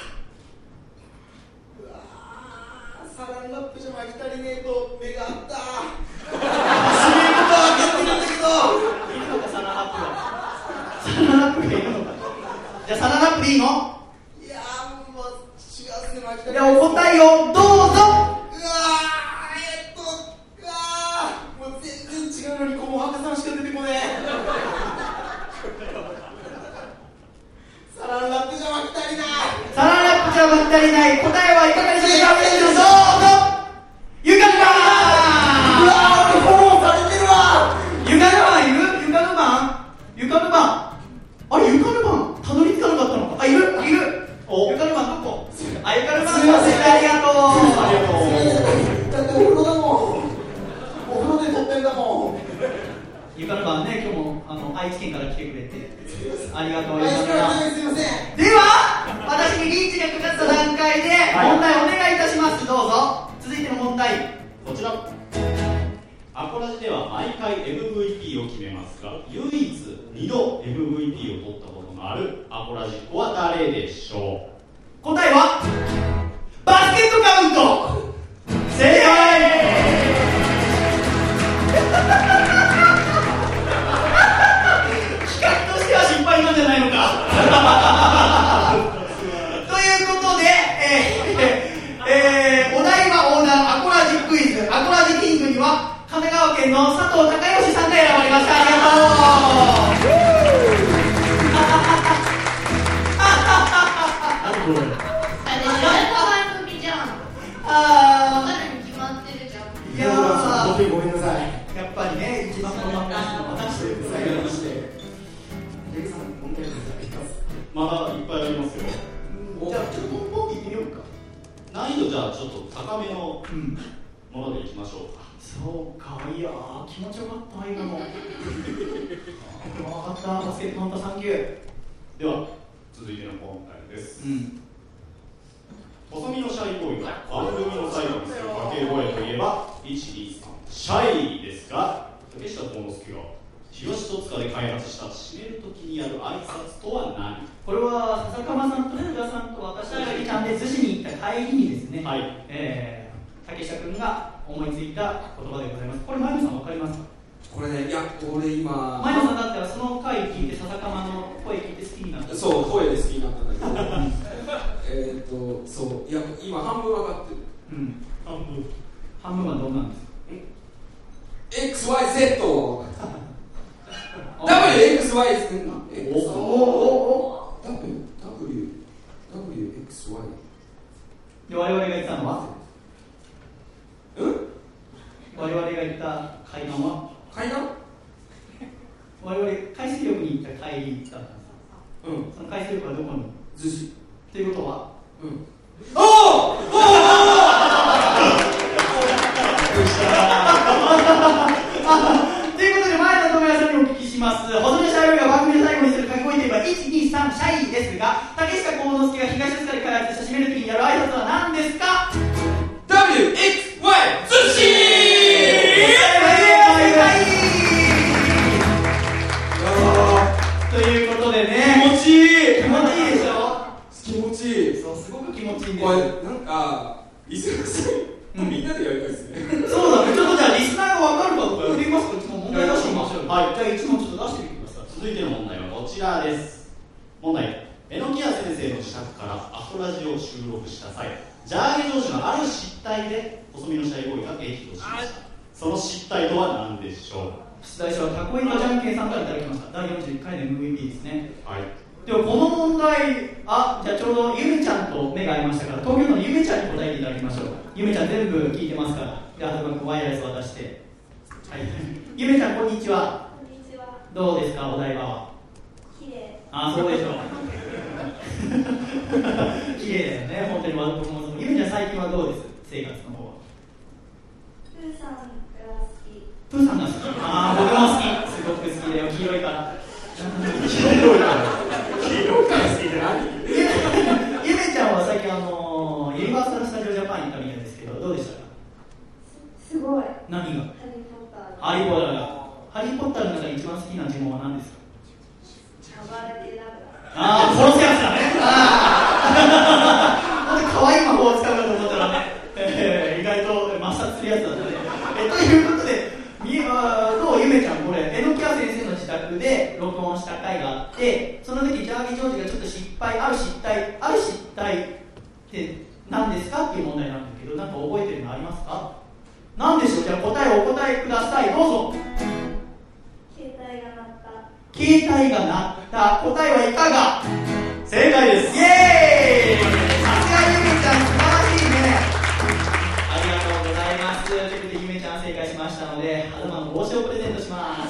うわー、サランラップじゃ巻き足りねえと目があった。そういうことは分かってるんだけど。 いるのか、サランラップが。サランラップがいるのか。じゃあサランラップでいいの？ いやー、もう違うっすね、巻き足りではお答えをどうぞ。 もう全然違うのに、この博さんしか出てこねえ。サランラップじゃ巻き足りない。 サランラップじゃ巻き足りない。答えはいかがでしょうか。どうぞ。ゆかぬばん。 うわー、俺フォローされてるわ。 ゆかぬばんいる？ゆかぬばん？ゆかぬばん。あれ、ゆかぬばんたどり着かなかったのか。あ、いる。ゆかぬばんどこ？あ、ゆかぬばんさん、ありがとう。 ありがとう。だってお風呂だもん。お風呂で撮ってんだもん。 ゆかぬばんね、今日も愛知県から来てくれてありがとう。 すいません。 では私にリーチがかかった段階で問題お願いいたします。どうぞ。続いての問題、 こちら。アコラジでは毎回 MVP を決めますが、唯一2度 MVP を取ったことのあるアコラジっ子は誰でしょう。 答えはバスケットカウント。正解。企画としては失敗なんじゃないのか。ということで、お台場横断アコラジクイズ、アコラジキングには神奈川県の佐藤孝義さんが選ばれました。ありがとう。 番組じゃん。 あ誰に決まってるじゃん。 いやー、 ごめんなさい。 やっぱりね、一番この番組の私ということで、 レグさん、問題です。 まだいっぱいありますよ。 じゃあちょっとポンポンっていってみようか。 難易度じゃあちょっと高めのものでいきましょうか。 そうか、いやー、気持ちよかった今の。分かった、バスケットカウントサンキュー。 では続いての問題です。細身のシャイボーイが番組の最後にする掛け声といえば123シャイですが、竹下幸之助が東戸塚で開発した締めるときにやる挨拶とは何？ これは笹鎌さんと福田さんと私がちゃんで逗子に行った帰りにですね、竹下君が思いついた言葉でございます。これ前野さん分かりますか？ これね、いや、俺今前野さんだったらその回聞いて笹鎌の声聞いて好きになった。 そう、声で好きになったんだけどそう、いや、今半分分かってる。 半分はどうなんですか？ XYZ WXY WXY で我々が言ったのは？我々が言った階段は？我々海水浴に行った帰りだったんです。その海水浴はどこに？ 逗子。 ということは？ということで前田智也さんにお聞きします。細身のシャイボーイが番組の最後にする掛け声といえば123シャイですが、竹下幸之助が東戸塚で開発した締める時にやる挨拶は何ですか？ WXY 逗子。 ということでね、 気持ちいい。 気持ちいいでしょ？ 気持ちいい。 そう、すごく気持ちいいんですこれよ。 なんかリスナーさん、みんなでやりたいですね。 そうだね、ちょっとじゃあリスナーが分かるかどうかやりますか？いつも問題出してみましょう。はい、じゃあいつもちょっと出してみてください。 続いての問題はこちらです。問題。榎谷先生の自宅からアコラジを収録した際、ジャーゲ上司のある失態で細身のシャイボーイが激怒しました。その失態とは何でしょう？ 出題者はタコイのじゃんけんさんからいただきました。第41回の MVP ですね。 はい。 でもこの問題、じゃあちょうどゆめちゃんと目が合いましたから東京都のゆめちゃんに答えていただきましょう。ゆめちゃん全部聞いてますから。で、あとワイヤレス渡して、はい、ゆめちゃんこんにちは。 こんにちは。 どうですかお台場は。 綺麗。 そうでしょう綺麗だよね本当に。僕もゆめちゃん最近はどうです、生活の方は。 プーさんが好き。 プーさんが好き。僕も好き、すごく好きだよ、黄色いから。 黄色いから好きじゃない。 ゆめちゃんは最近ユニバーサル・スタジオ・ジャパンに行ったみたいですけど、どうでしたか。 すごい。 何が。 ハリー・ポッター。 ハリー・ポッターの中で一番好きな呪文は何ですか。 暴れてなかった。 殺すやつだね。なんで可愛い魔法を使うかと思ったらね、意外と抹殺するやつだったね。ということで、どうゆめちゃん、これ榎谷先生の自宅で録音した回があって、その時ジャーギー・ジョージがちょっとある失態って何ですかっていう問題なんだけど、なんか覚えてるのありますか。何でしょう。じゃあ答えをお答えください。どうぞ。 携帯が鳴った。 携帯が鳴った。答えはいかが。 正解です。 イエーイ。さすがゆめちゃん、素晴らしいね。ありがとうございます。ということでゆめちゃん正解しましたので、はるまの帽子をプレゼントします。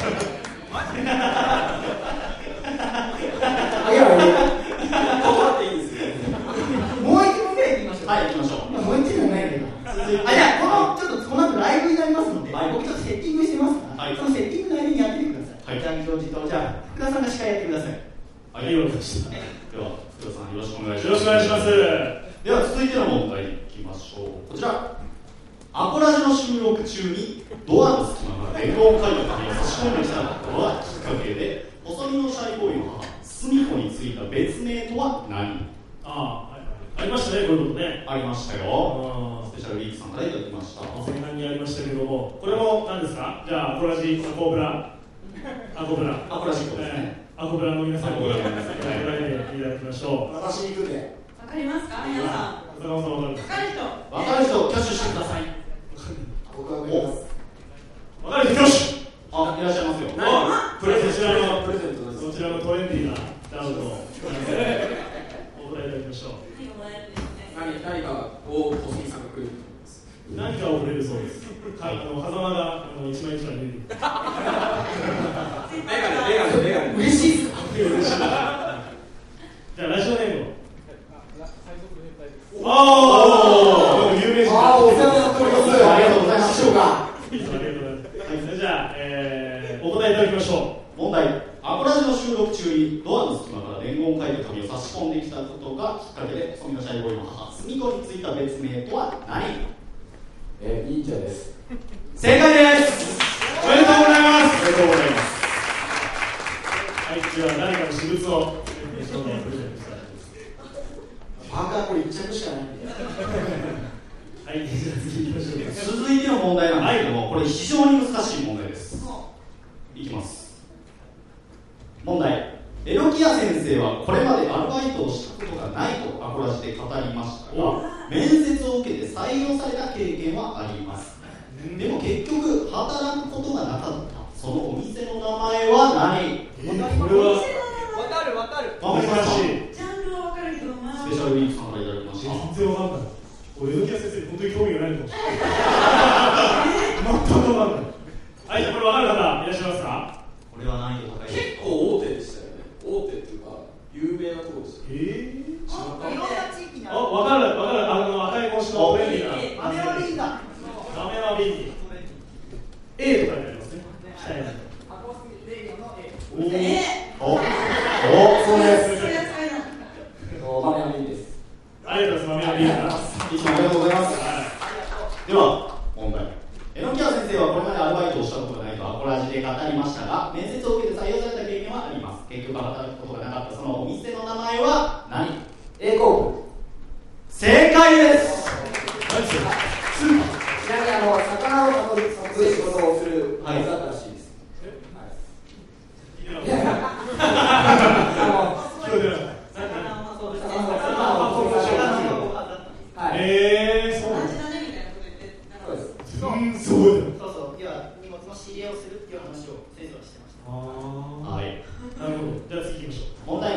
断っていいですよ。 もう一問ぐらいいきましょう。 はい、行きましょう。 もう一問ないけど。じゃあこの後ライブになりますので、僕ちょっとセッティングしてますから、そのセッティングの間にやってみてください。ジャンジョージと、じゃあ福田さんが司会やってください。 はい、わかりました。 では、福田さんよろしくお願いします。 よろしくお願いします。 では続いての問題いきましょう。こちら。アコラジの収録中にドアの隙間から伝言回路に差し込んできたことがきっかけで、細身のシャイボーイの母、スミコについた別名とは何。 ありましたね、こういうことね。 ありましたよ。スペシャルリークさんからいただきました。 そんなにありましたけども、これも何ですか。じゃあアコラジ、アコブラアコラジですね。 アコブラの皆さんに答えていただきましょう。 私に行くで。 わかりますか皆さん。 坂本さんわかる。 わかる人挙手してください。 僕はわかります。 わかる人挙手。 いらっしゃいますよ。 プレゼントそちらのトレンディーなダウンをお答えいただきましょう。 何かを細木さんがくれると思います。 何かをくれるそうです。狭間が一枚一枚見える。 メガネ。 嬉しいですか。 じゃあラジオネームを。有名人。 お世話になっております。ありがとうございます。 じゃあ、お答えいただきましょう。問題。アコラジの収録中にドアの隙間から伝言回路紙を差し込んできたことがきっかけで、細身のシャイボーイの母、スミコについた別名とは何。 忍者です。 正解です。 おめでとうございます。 おめでとうございます。 はい、では誰かの私物をプレゼントしたいと思います。 パーカーこれ1着しかないんで。 はい、じゃあ次行きましょう。 続いての問題なんですけども、これ非常に難しい問題です。いきます。問題。エロキア先生はこれまでアルバイトをしたことがないとアコラジで語りましたが、面接を受けて採用された経験はあります。でも結局働くことがなかった。そのお店の名前は何。 これはわかる。 難しい。 ジャンルはわかるけどな。 スペシャルウィークさんからいただきました。 全然わかんない。俺、榎谷先生に本当に興味がないのかもしれない。全くわかんない。はい、じゃあこれわかる方いらっしゃいますか。 これは難易度高い。 結構大手でしたよね。大手っていうか有名なところでした。 いろんな地域にある。 わかる。赤い帽子の便利な。 豆はリンダ。 豆は便利。A と書いてありますね。下に。 そうです。 それは使えない。 豆は便利です。 ありがとうございます。豆は便利だ。 いつもありがとうございます。では問題。榎谷先生はこれまでアルバイトをしたことがないとアコラジで語りましたが、面接を受けて採用された経験はあります。結局働くことがなかったそのお店の名前は何。 Aコープ。 正解です。 何それ。 ちなみに魚を取る仕事をするはずだったらしいです。 そうなんです。 いや荷物の仕入れをするっていう話を先生はしてました。 はい。 なるほど。じゃあ次行きましょう。 問題。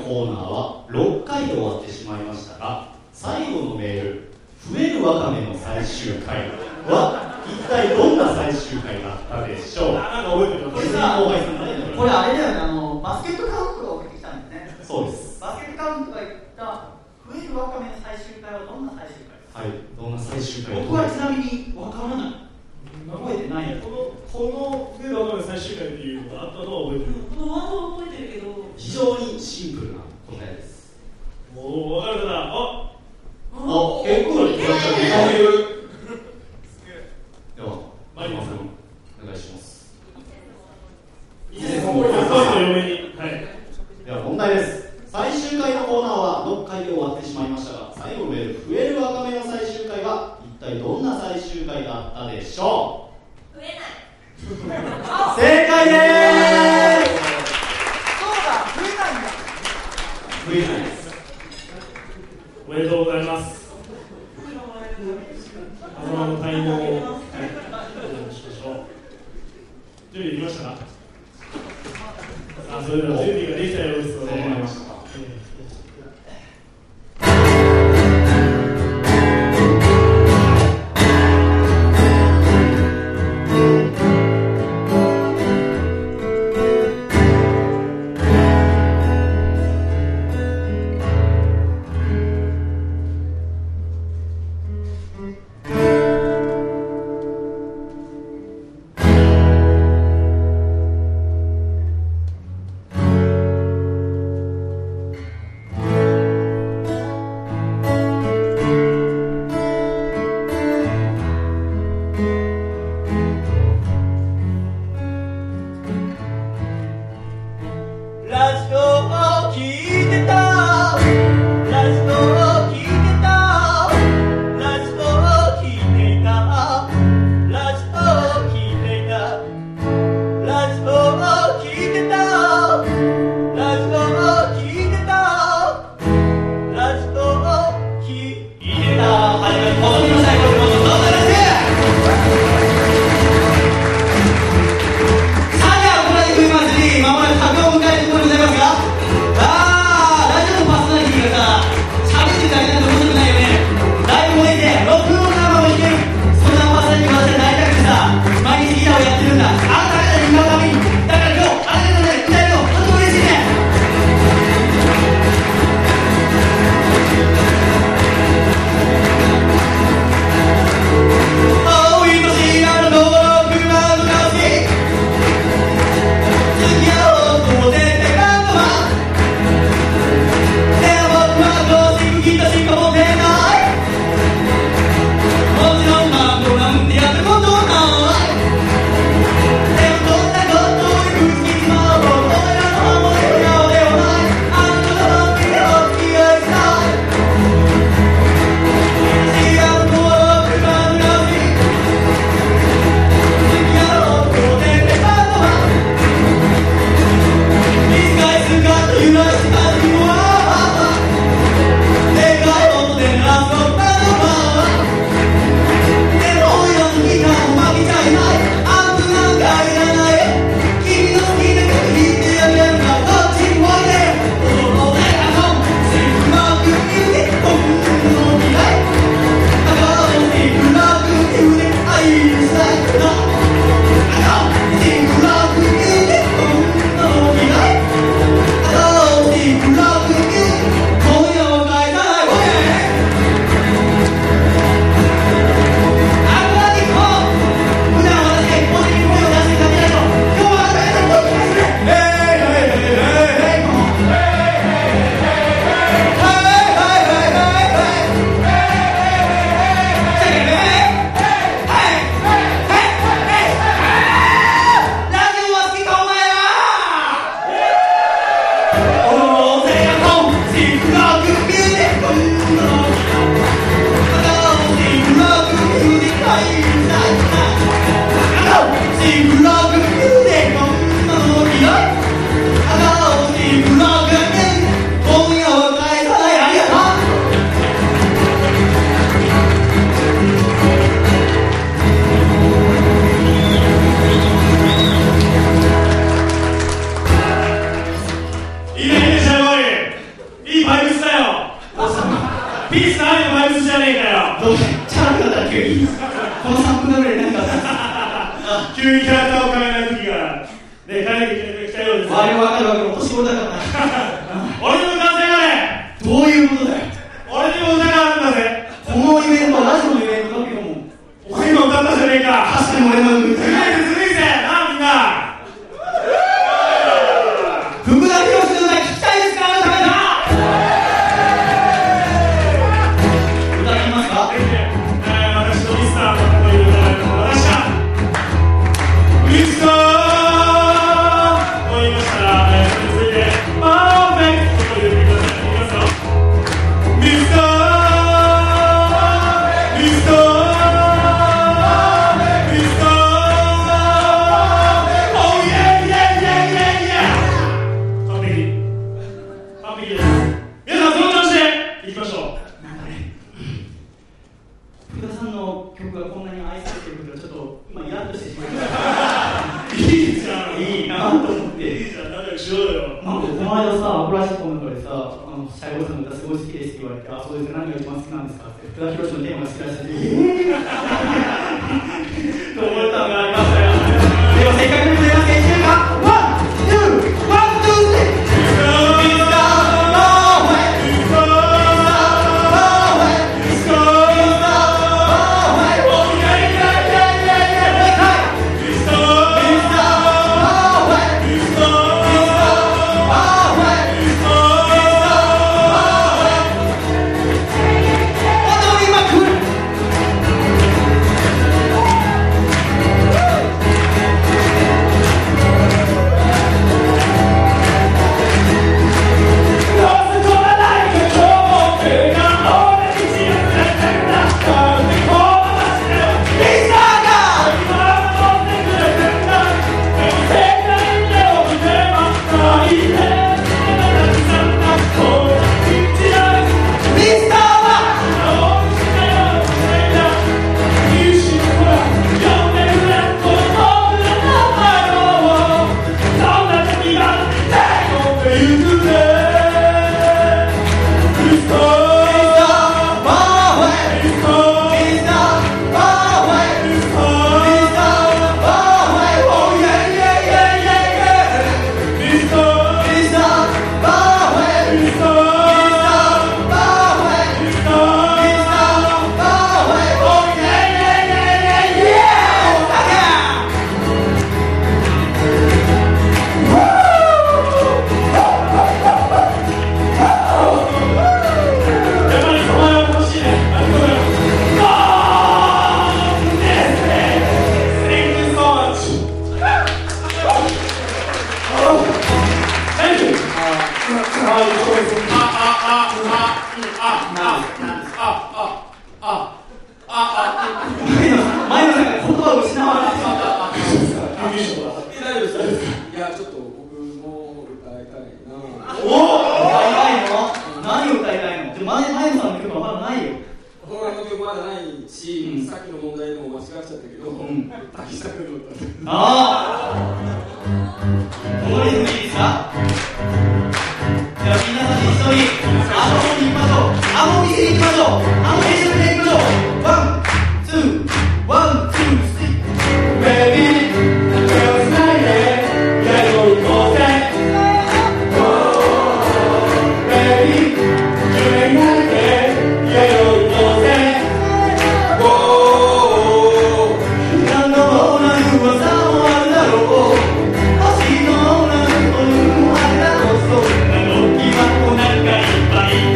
コーナーは6回で終わってしまいましたが、最後のメール増えるわかめの最終回は一体どんな最終回だったでしょう。 なんか覚えてる。 これさ、これあれだよね、バスケットカウントが送ってきたんだよね。 そうです。 バスケットカウントが言った増えるわかめの最終回はどんな最終回ですか。 はい、どんな最終回。 僕はちなみにわからない。覚えてないよ。 この増えるわかめ最終回っていうのがあったのは覚えてる。 このワードは覚えてるけど、 非常にシンプルな答えです。 おお、分かるかな。 あ、結構いきましたね。では、マリマさん、お願いします。では問題です。最終回のコーナーは6回で終わってしまいましたが、最後のメール、増えるわかめの最終回は一体どんな最終回だったでしょう。 増えない。 正解でーす。 そうだ、増えないんだ。 増えないです。 おめでとうございます。頭の体毛を、はい、しましょう。準備できましたか。それでは準備ができたようですので、 ないのバイブスじゃねえかよ。 どうしてチャラくなったら急にこの3分ぐらい何かあったんですか？ 急にキャラクターを変えない時がね、変えなきゃいけないきたようです。 あれ分かる分かる、お年頃だからな俺にも男性がね、 どういうことだよ。 俺にも歌があるんだぜ。 このイベント、ラジオのイベントだけども俺今歌ったじゃねえか。 確かに俺もずるいぜずるいぜなあみんな。 福田博士の歌聞きたいですか？あなた方歌いますか？ 私のミスターという歌が私がミスターと言いましたら、それについてパーフェクトと言ってください。いきますよ。ミスターミスターミスター Oh yeah yeah yeah yeah yeah 完璧完璧です。皆さんその調子でいきましょう。 福田さんの曲がこんなに愛されてることがちょっと今イラッとしてしまいましたいいじゃんいいなと思っていいじゃん仲良くしようよ。 なんかこの間さ、アコラジコの中でさ、シャイボーさんの歌すごい好きですって言われて、あ、そうですか、何が一番好きなんですかって、福田博士のテーマが好きらしいって、と思ったのがありましたよ。では、せっかくのでやっていけるか、ワン、ツー、ワン、ツー、スリー。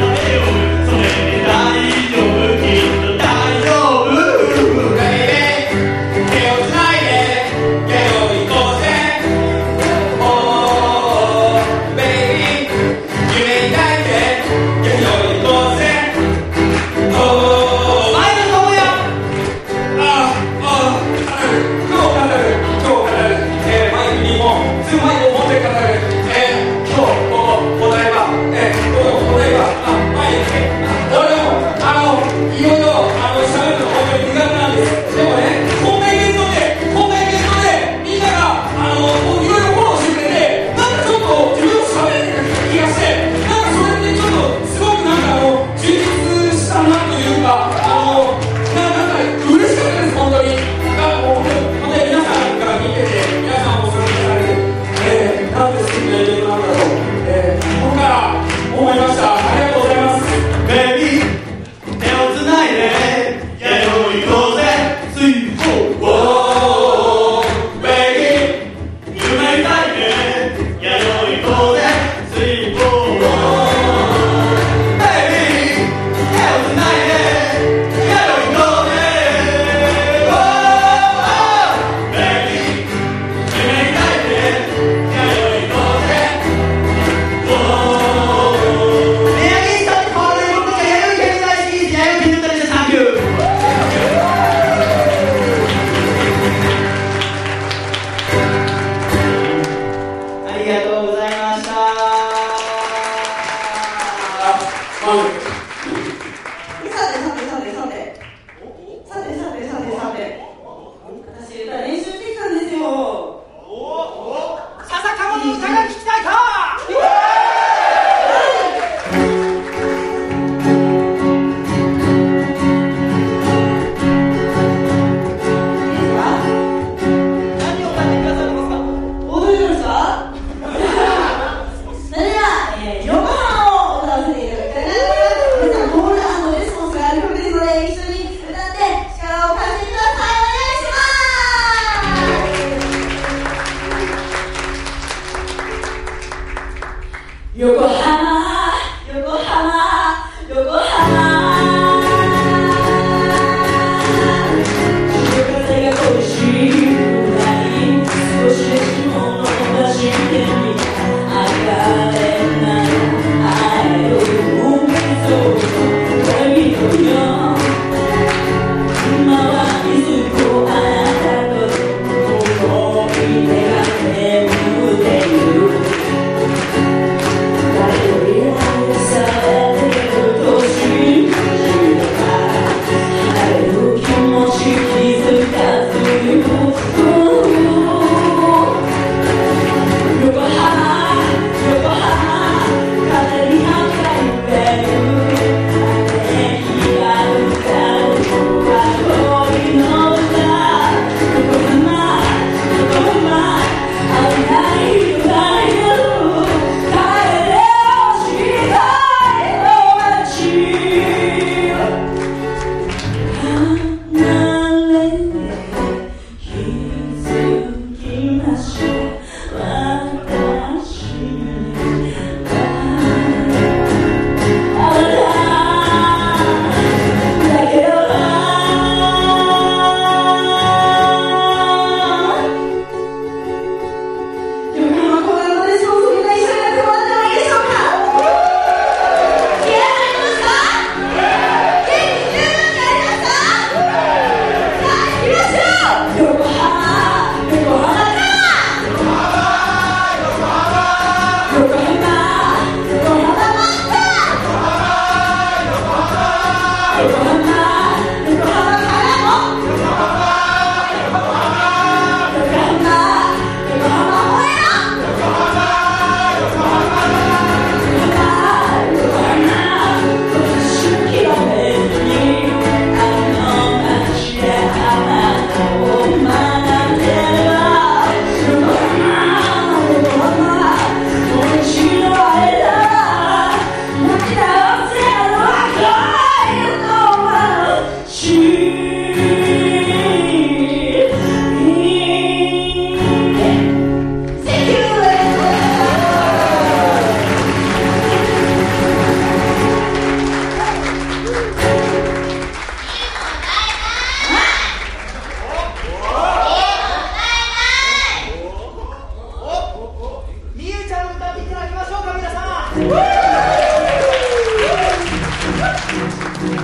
大丈夫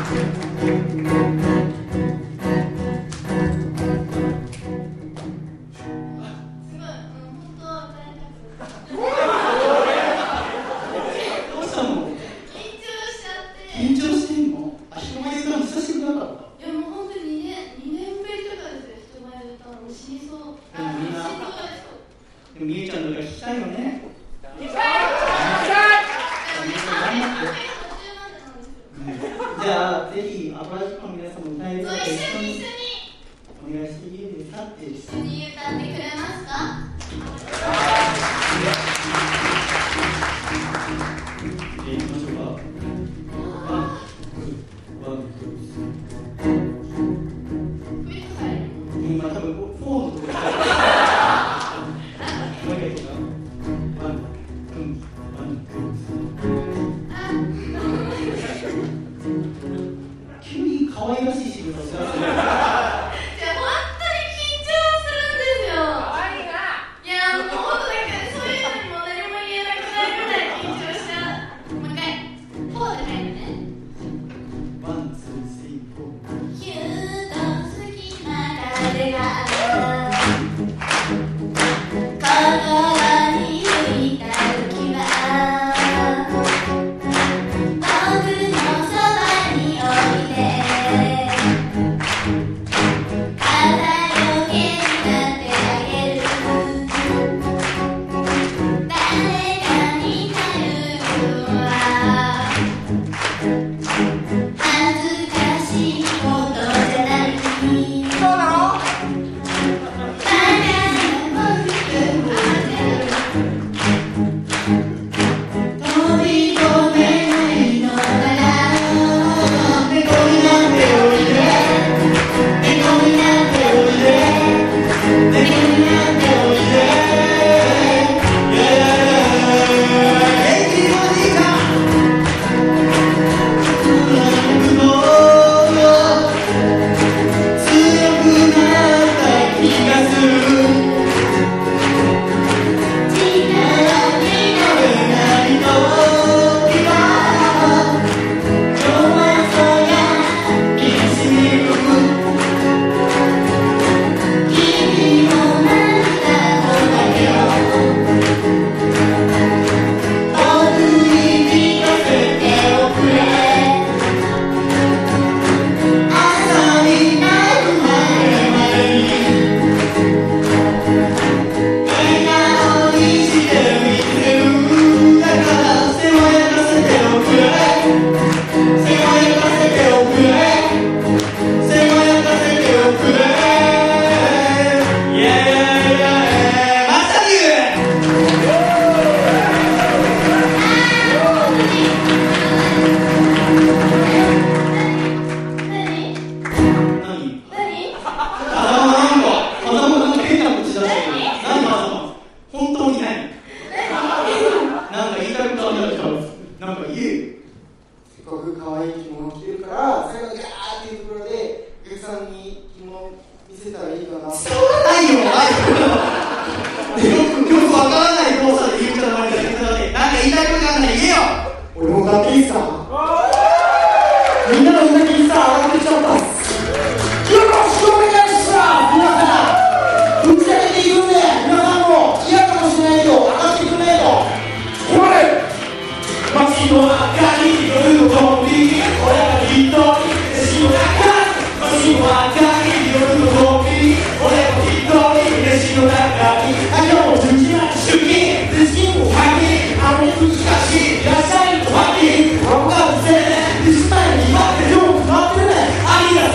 ありが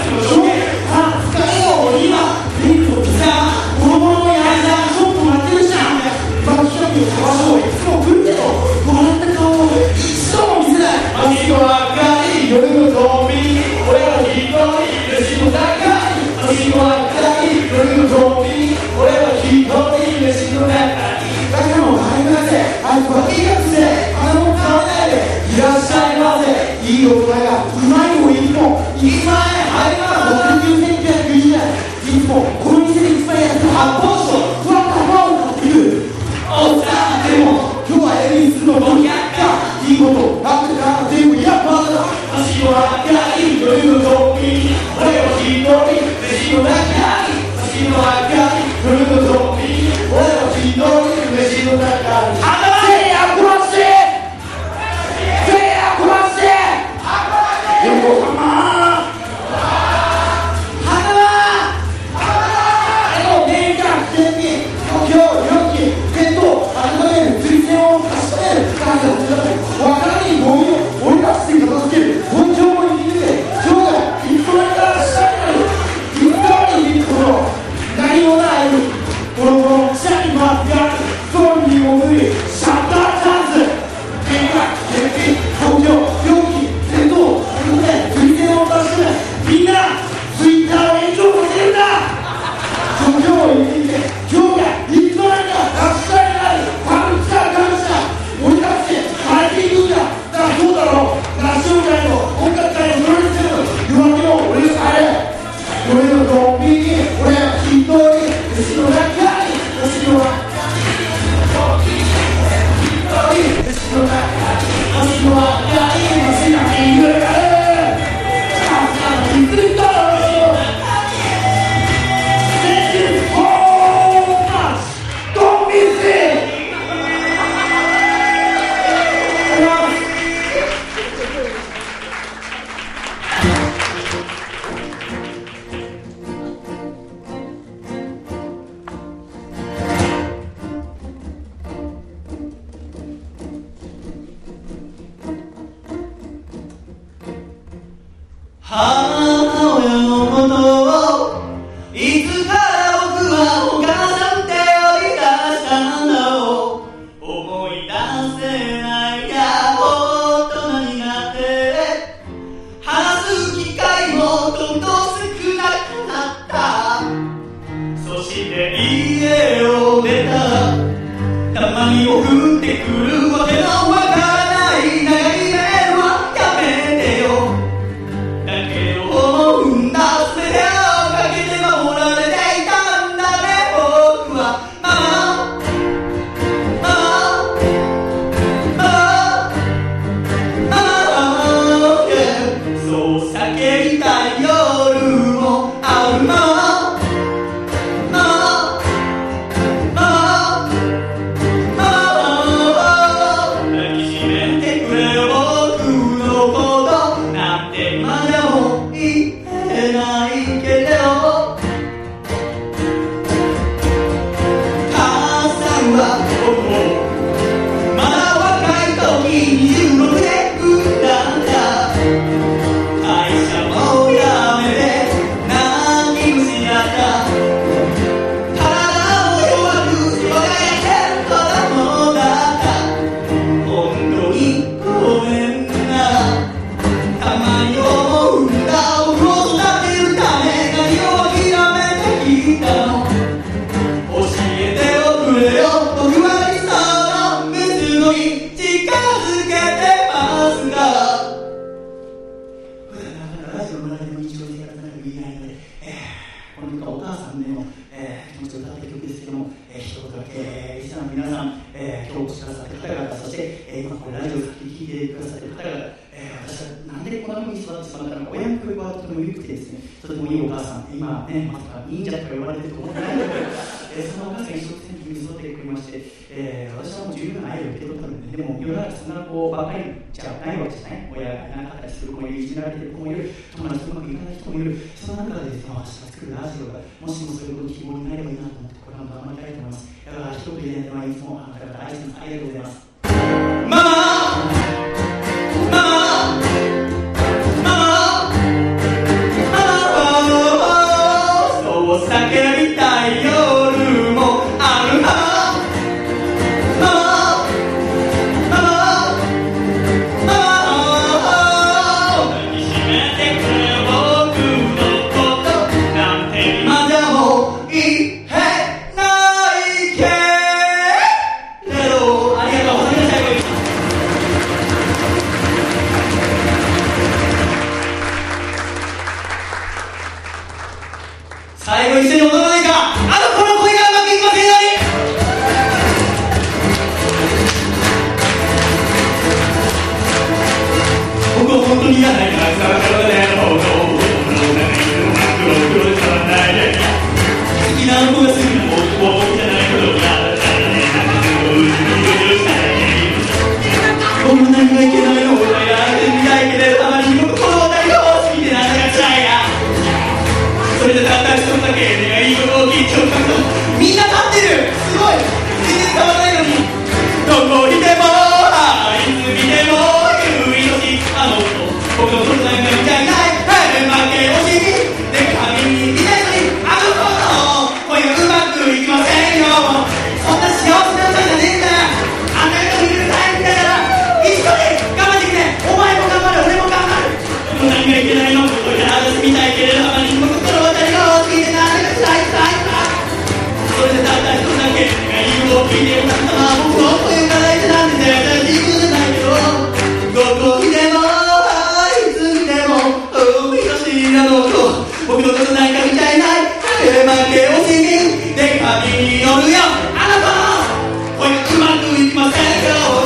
みんなツイッターを炎上させるんだ。状況を言ってみて、今日がいつの間にかラッシャーになるパンチャー感謝俺たちで変えていくんだ。だからそうだろう、ラジオ界の音楽界のプロレス界の夜明けの俺が変える。俺のドンピーに俺は均等に後ろ中に後ろ中に後ろ中にいる。 母親のことをいつから僕はお母さんって呼び出したんだろう。思い出せないや大人になって話す機会もどんどん少なくなった。そして家を出たたまに送ってくるわけのわからない長いメールはやめてよ。だけど思うんだ、全てをかけて守られていたんだね。僕はママそう叫びたい夜もあるの。抱きしめてくれよ僕のことなんて今でも言えないけど、母さんは僕をまだ若い時26で産んだんだ。会社も辞めて泣き虫だった。体を弱くしばかれてる子供だった。本当にごめんな。たまに思うんだ、僕を育てるため何を諦めてきたの。教えておくれよ、僕は理想の娘に近づけてますが。ラジオの中でも日常生活なく言えないので、この曲はお母さんでの気持ちを歌った曲ですけども、一言だけリスナーの皆さん、今日お越しくださって方々、そして今これラジオを先に聴いてくださってる方々、私はなんでこんな風に育ってしまったのか、親の教育はとても緩くてですね、とてもいいお母さん、今ね、まさか忍者とか呼ばれてると思ってないので、そのお母さんが一生懸命育ててくれまして、私はもう十分な愛を受け取ったので、でも世の中そんな子ばっかりじゃないわけじゃない。親がいなかったりする子もいる、いじめられてる子もいる、友達とうまくいかない人もいる。その中でですね、私が作るラジオがもしもそういうことに希望になればいいなと思って、これは頑張りたいと思います。だから一言でいつもあなた方愛してます。ありがとうございます。ママママそう叫びたい夜もあるな。抱きしめてくれ僕のことなんて今でも言えないけれど。ありがとうございました。最後一緒に踊らないか。あの子の恋がうまくいきませんように。僕は本当に嫌ないからさらさらでほど好きな子が好きな僕じゃないことが僕何がいけないの俺が全然いけないたまに僕この歌が好きでなんだかつらいな。それでたった一つだけ願い事を聞いちゃうかとみんな立ってる。すごい全然変わらないのに。どこにでもいつ見ても優位のしあの子僕の存在が見ちゃいない負け惜しみで髪に入れずにあの子の恋がうまくいきませんよ。そんな幸せな歌じゃねえんだよ。あんな人見るタイプだから一緒に頑張ってくれ。お前も頑張る俺も頑張る。何がいけないの僕が私みたいそれでたった一つだけが言うを聞いてよかったな。僕の声をいただいてなんて絶対自分じゃないけど、どこにでもいつにでも愛しいなのと僕のことなんか見ちゃいない負け惜しみで髪に乗るよあなたの声がうまくいきませんよ。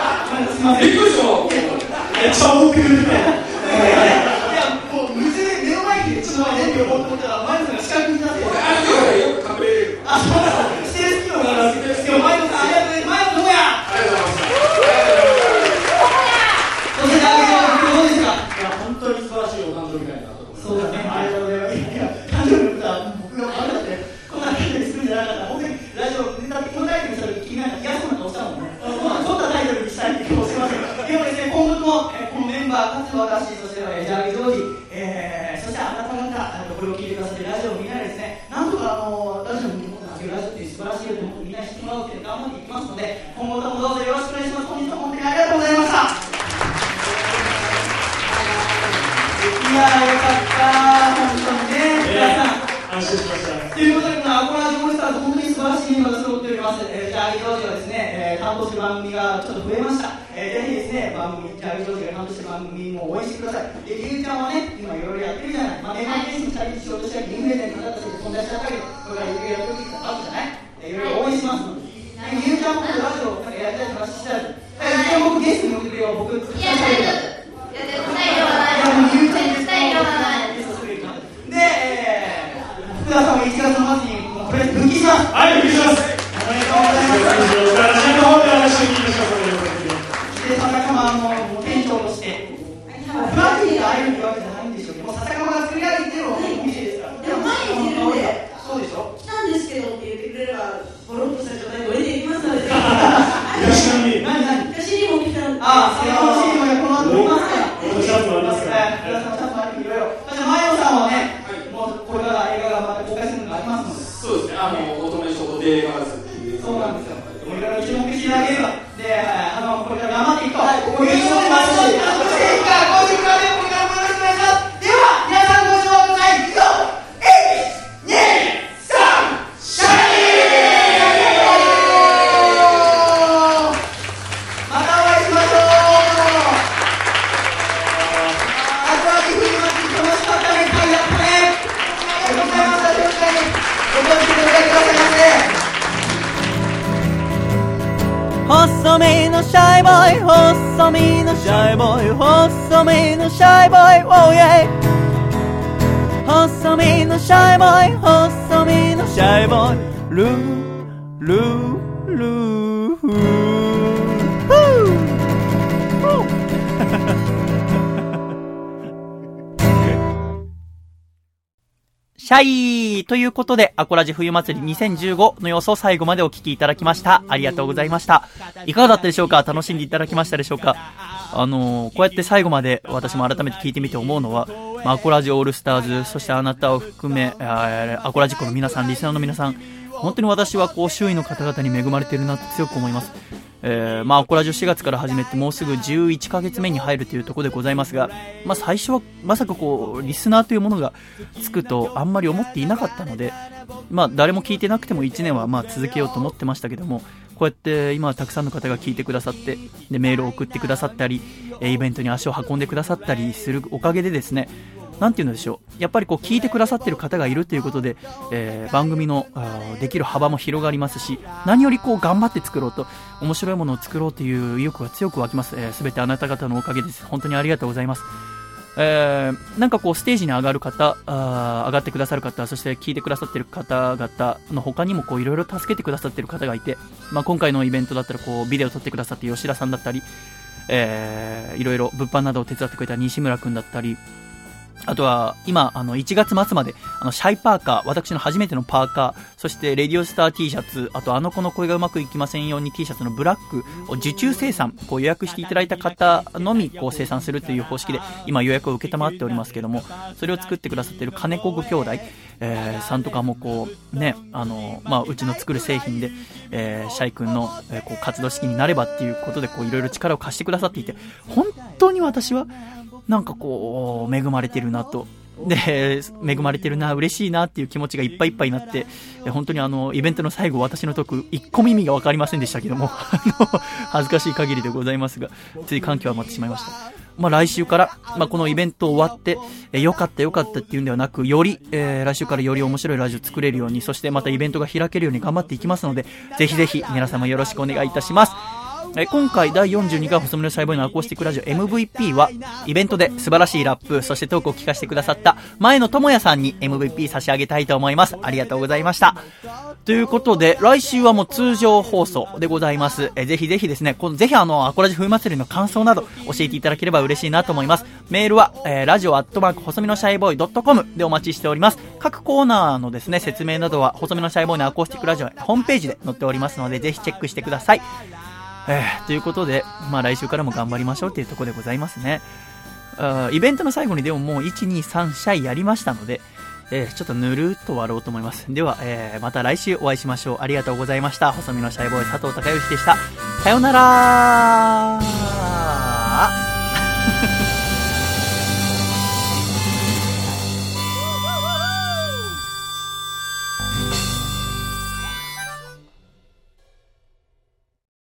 いやもうむずい目を当にね、皆さん。 安心しました。 ということで、このアコラジオールスターズ、本当に素晴らしいメンバーが揃っております。ジャーギージョージがですね、担当する番組がちょっと増えました。ぜひですね、番組、ジャーギージョージが担当してる番組も応援してください。で、ゆうちゃんはね、今いろいろやってるじゃない。まあ、メガネケースにチャレンジしようとしたり、インフルエンザにかかったり、存在しちゃったけど、これからいろいろやってきたわけじゃない。いろいろ応援しますので。ゆうちゃんもラジオなんかやったりとかしたら、ゆうちゃん僕ゲストに呼んでくれよ、僕。 いや、大丈夫。いや、絶対言わない。絶対言わない。 で、福田さんも1月の末にこれ復帰します。 はい、復帰します。おめでとうございます。ラジオの方で話を聞いてください。 で、笹川も店長として、フラッフィーが会えるってわけじゃないんでしょうけど、笹川が作り上げてるお店ですから。 でも前にいるんで、 そうでしょ。 来たんですけどって言ってくれれば、ボロッとした状態で俺で行きますので。 何私にも来たんで。 ああ、それは欲しいのよ、この後見ますから。 シャツもありますから。 福田さんのシャツもあるいろいろ。そして前野さんはね、もうこれから映画がまた公開するのがありますので。 そうですね、オートメーションで映画がですね。 そうなんですよ。いろいろ注目していただければ、で、これから頑張っていくと。こういうようにますし、していくから、こういうからでこれからもよろしくお願いします。では、皆さんご視聴ください。いくぞ !1、2、3、シャイーンまたお会いしましょう。あとは岐阜にまつり楽しかったね、会やったね。ありがとうございました。紹介にご協力いただきくださいませ。 細身のシャイボーイ、細身のシャイボーイ、細身のシャイボーイ、oh yeah。細身のシャイボーイ、細身のシャイボーイ、ルールールーフーシャイということで、アコラジ冬祭り2015の様子を最後までお聞きいただきました。ありがとうございました。いかがだったでしょうか？楽しんでいただきましたでしょうか？こうやって最後まで私も改めて聞いてみて思うのは、アコラジオールスターズ、そしてあなたを含め、アコラジコの皆さん、リスナーの皆さん、本当に私はこう周囲の方々に恵まれているなと強く思います。アコラジオ4月から始めてもうすぐ11ヶ月目に入るというところでございますが、最初はまさかこうリスナーというものがつくとあんまり思っていなかったので、誰も聞いてなくても1年は続けようと思ってましたけども、こうやって今はたくさんの方が聞いてくださって、でメールを送ってくださったり、イベントに足を運んでくださったりするおかげでですね、なんて言うんでしょう、やっぱりこう聞いてくださっている方がいるということで、番組のできる幅も広がりますし、何よりこう頑張って作ろうと、面白いものを作ろうという意欲が強く湧きます。すべてあなた方のおかげです。本当にありがとうございます。なんかこうステージに上がる方、上がってくださる方、そして聞いてくださっている方々の他にもこういろいろ助けてくださっている方がいて、今回のイベントだったらこうビデオ撮ってくださって吉田さんだったり、いろいろ物販などを手伝ってくれた西村くんだったり、あとは今1月末までシャイパーカー、私の初めてのパーカー、そしてレディオスター T シャツ、あと子の声がうまくいきませんように T シャツのブラックを受注生産、こう予約していただいた方のみこう生産するという方式で今予約を受けたまっておりますけども、それを作ってくださっている金子ご兄弟、さんとかもこうね、うちの作る製品で、シャイ君の、こう活動資金になればっていうことでこういろいろ力を貸してくださっていて、本当に私はなんかこう恵まれてるなと、で恵まれてるな、嬉しいなっていう気持ちがいっぱいいっぱいになって、本当にイベントの最後私のトーク一個も意味が分かりませんでしたけども恥ずかしい限りでございますが、つい感極まってしまいました。来週から、このイベント終わって、よかったっていうんではなく、より、来週からより面白いラジオ作れるように、そしてまたイベントが開けるように頑張っていきますので、ぜひぜひ皆様よろしくお願いいたします。今回第42回細身のシャイボーイのアコースティックラジオ MVP はイベントで素晴らしいラップ、そしてトークを聞かせてくださった前野智也さんに MVP 差し上げたいと思います。ありがとうございました。ということで来週はもう通常放送でございます。ぜひぜひですね、ぜひアコラジ冬祭りの感想など教えていただければ嬉しいなと思います。メールは、radio@ 細身のシャイボーイ .com でお待ちしております。各コーナーのですね説明などは細身のシャイボーイのアコースティックラジオホームページで載っておりますので、ぜひチェックしてください。ということで、来週からも頑張りましょうっていうところでございますね。イベントの最後にでももう1、2、3シャイやりましたので、ちょっとぬるっと終わろうと思います。では、また来週お会いしましょう。ありがとうございました。細身のシャイボーイ佐藤孝義でした。さようなら。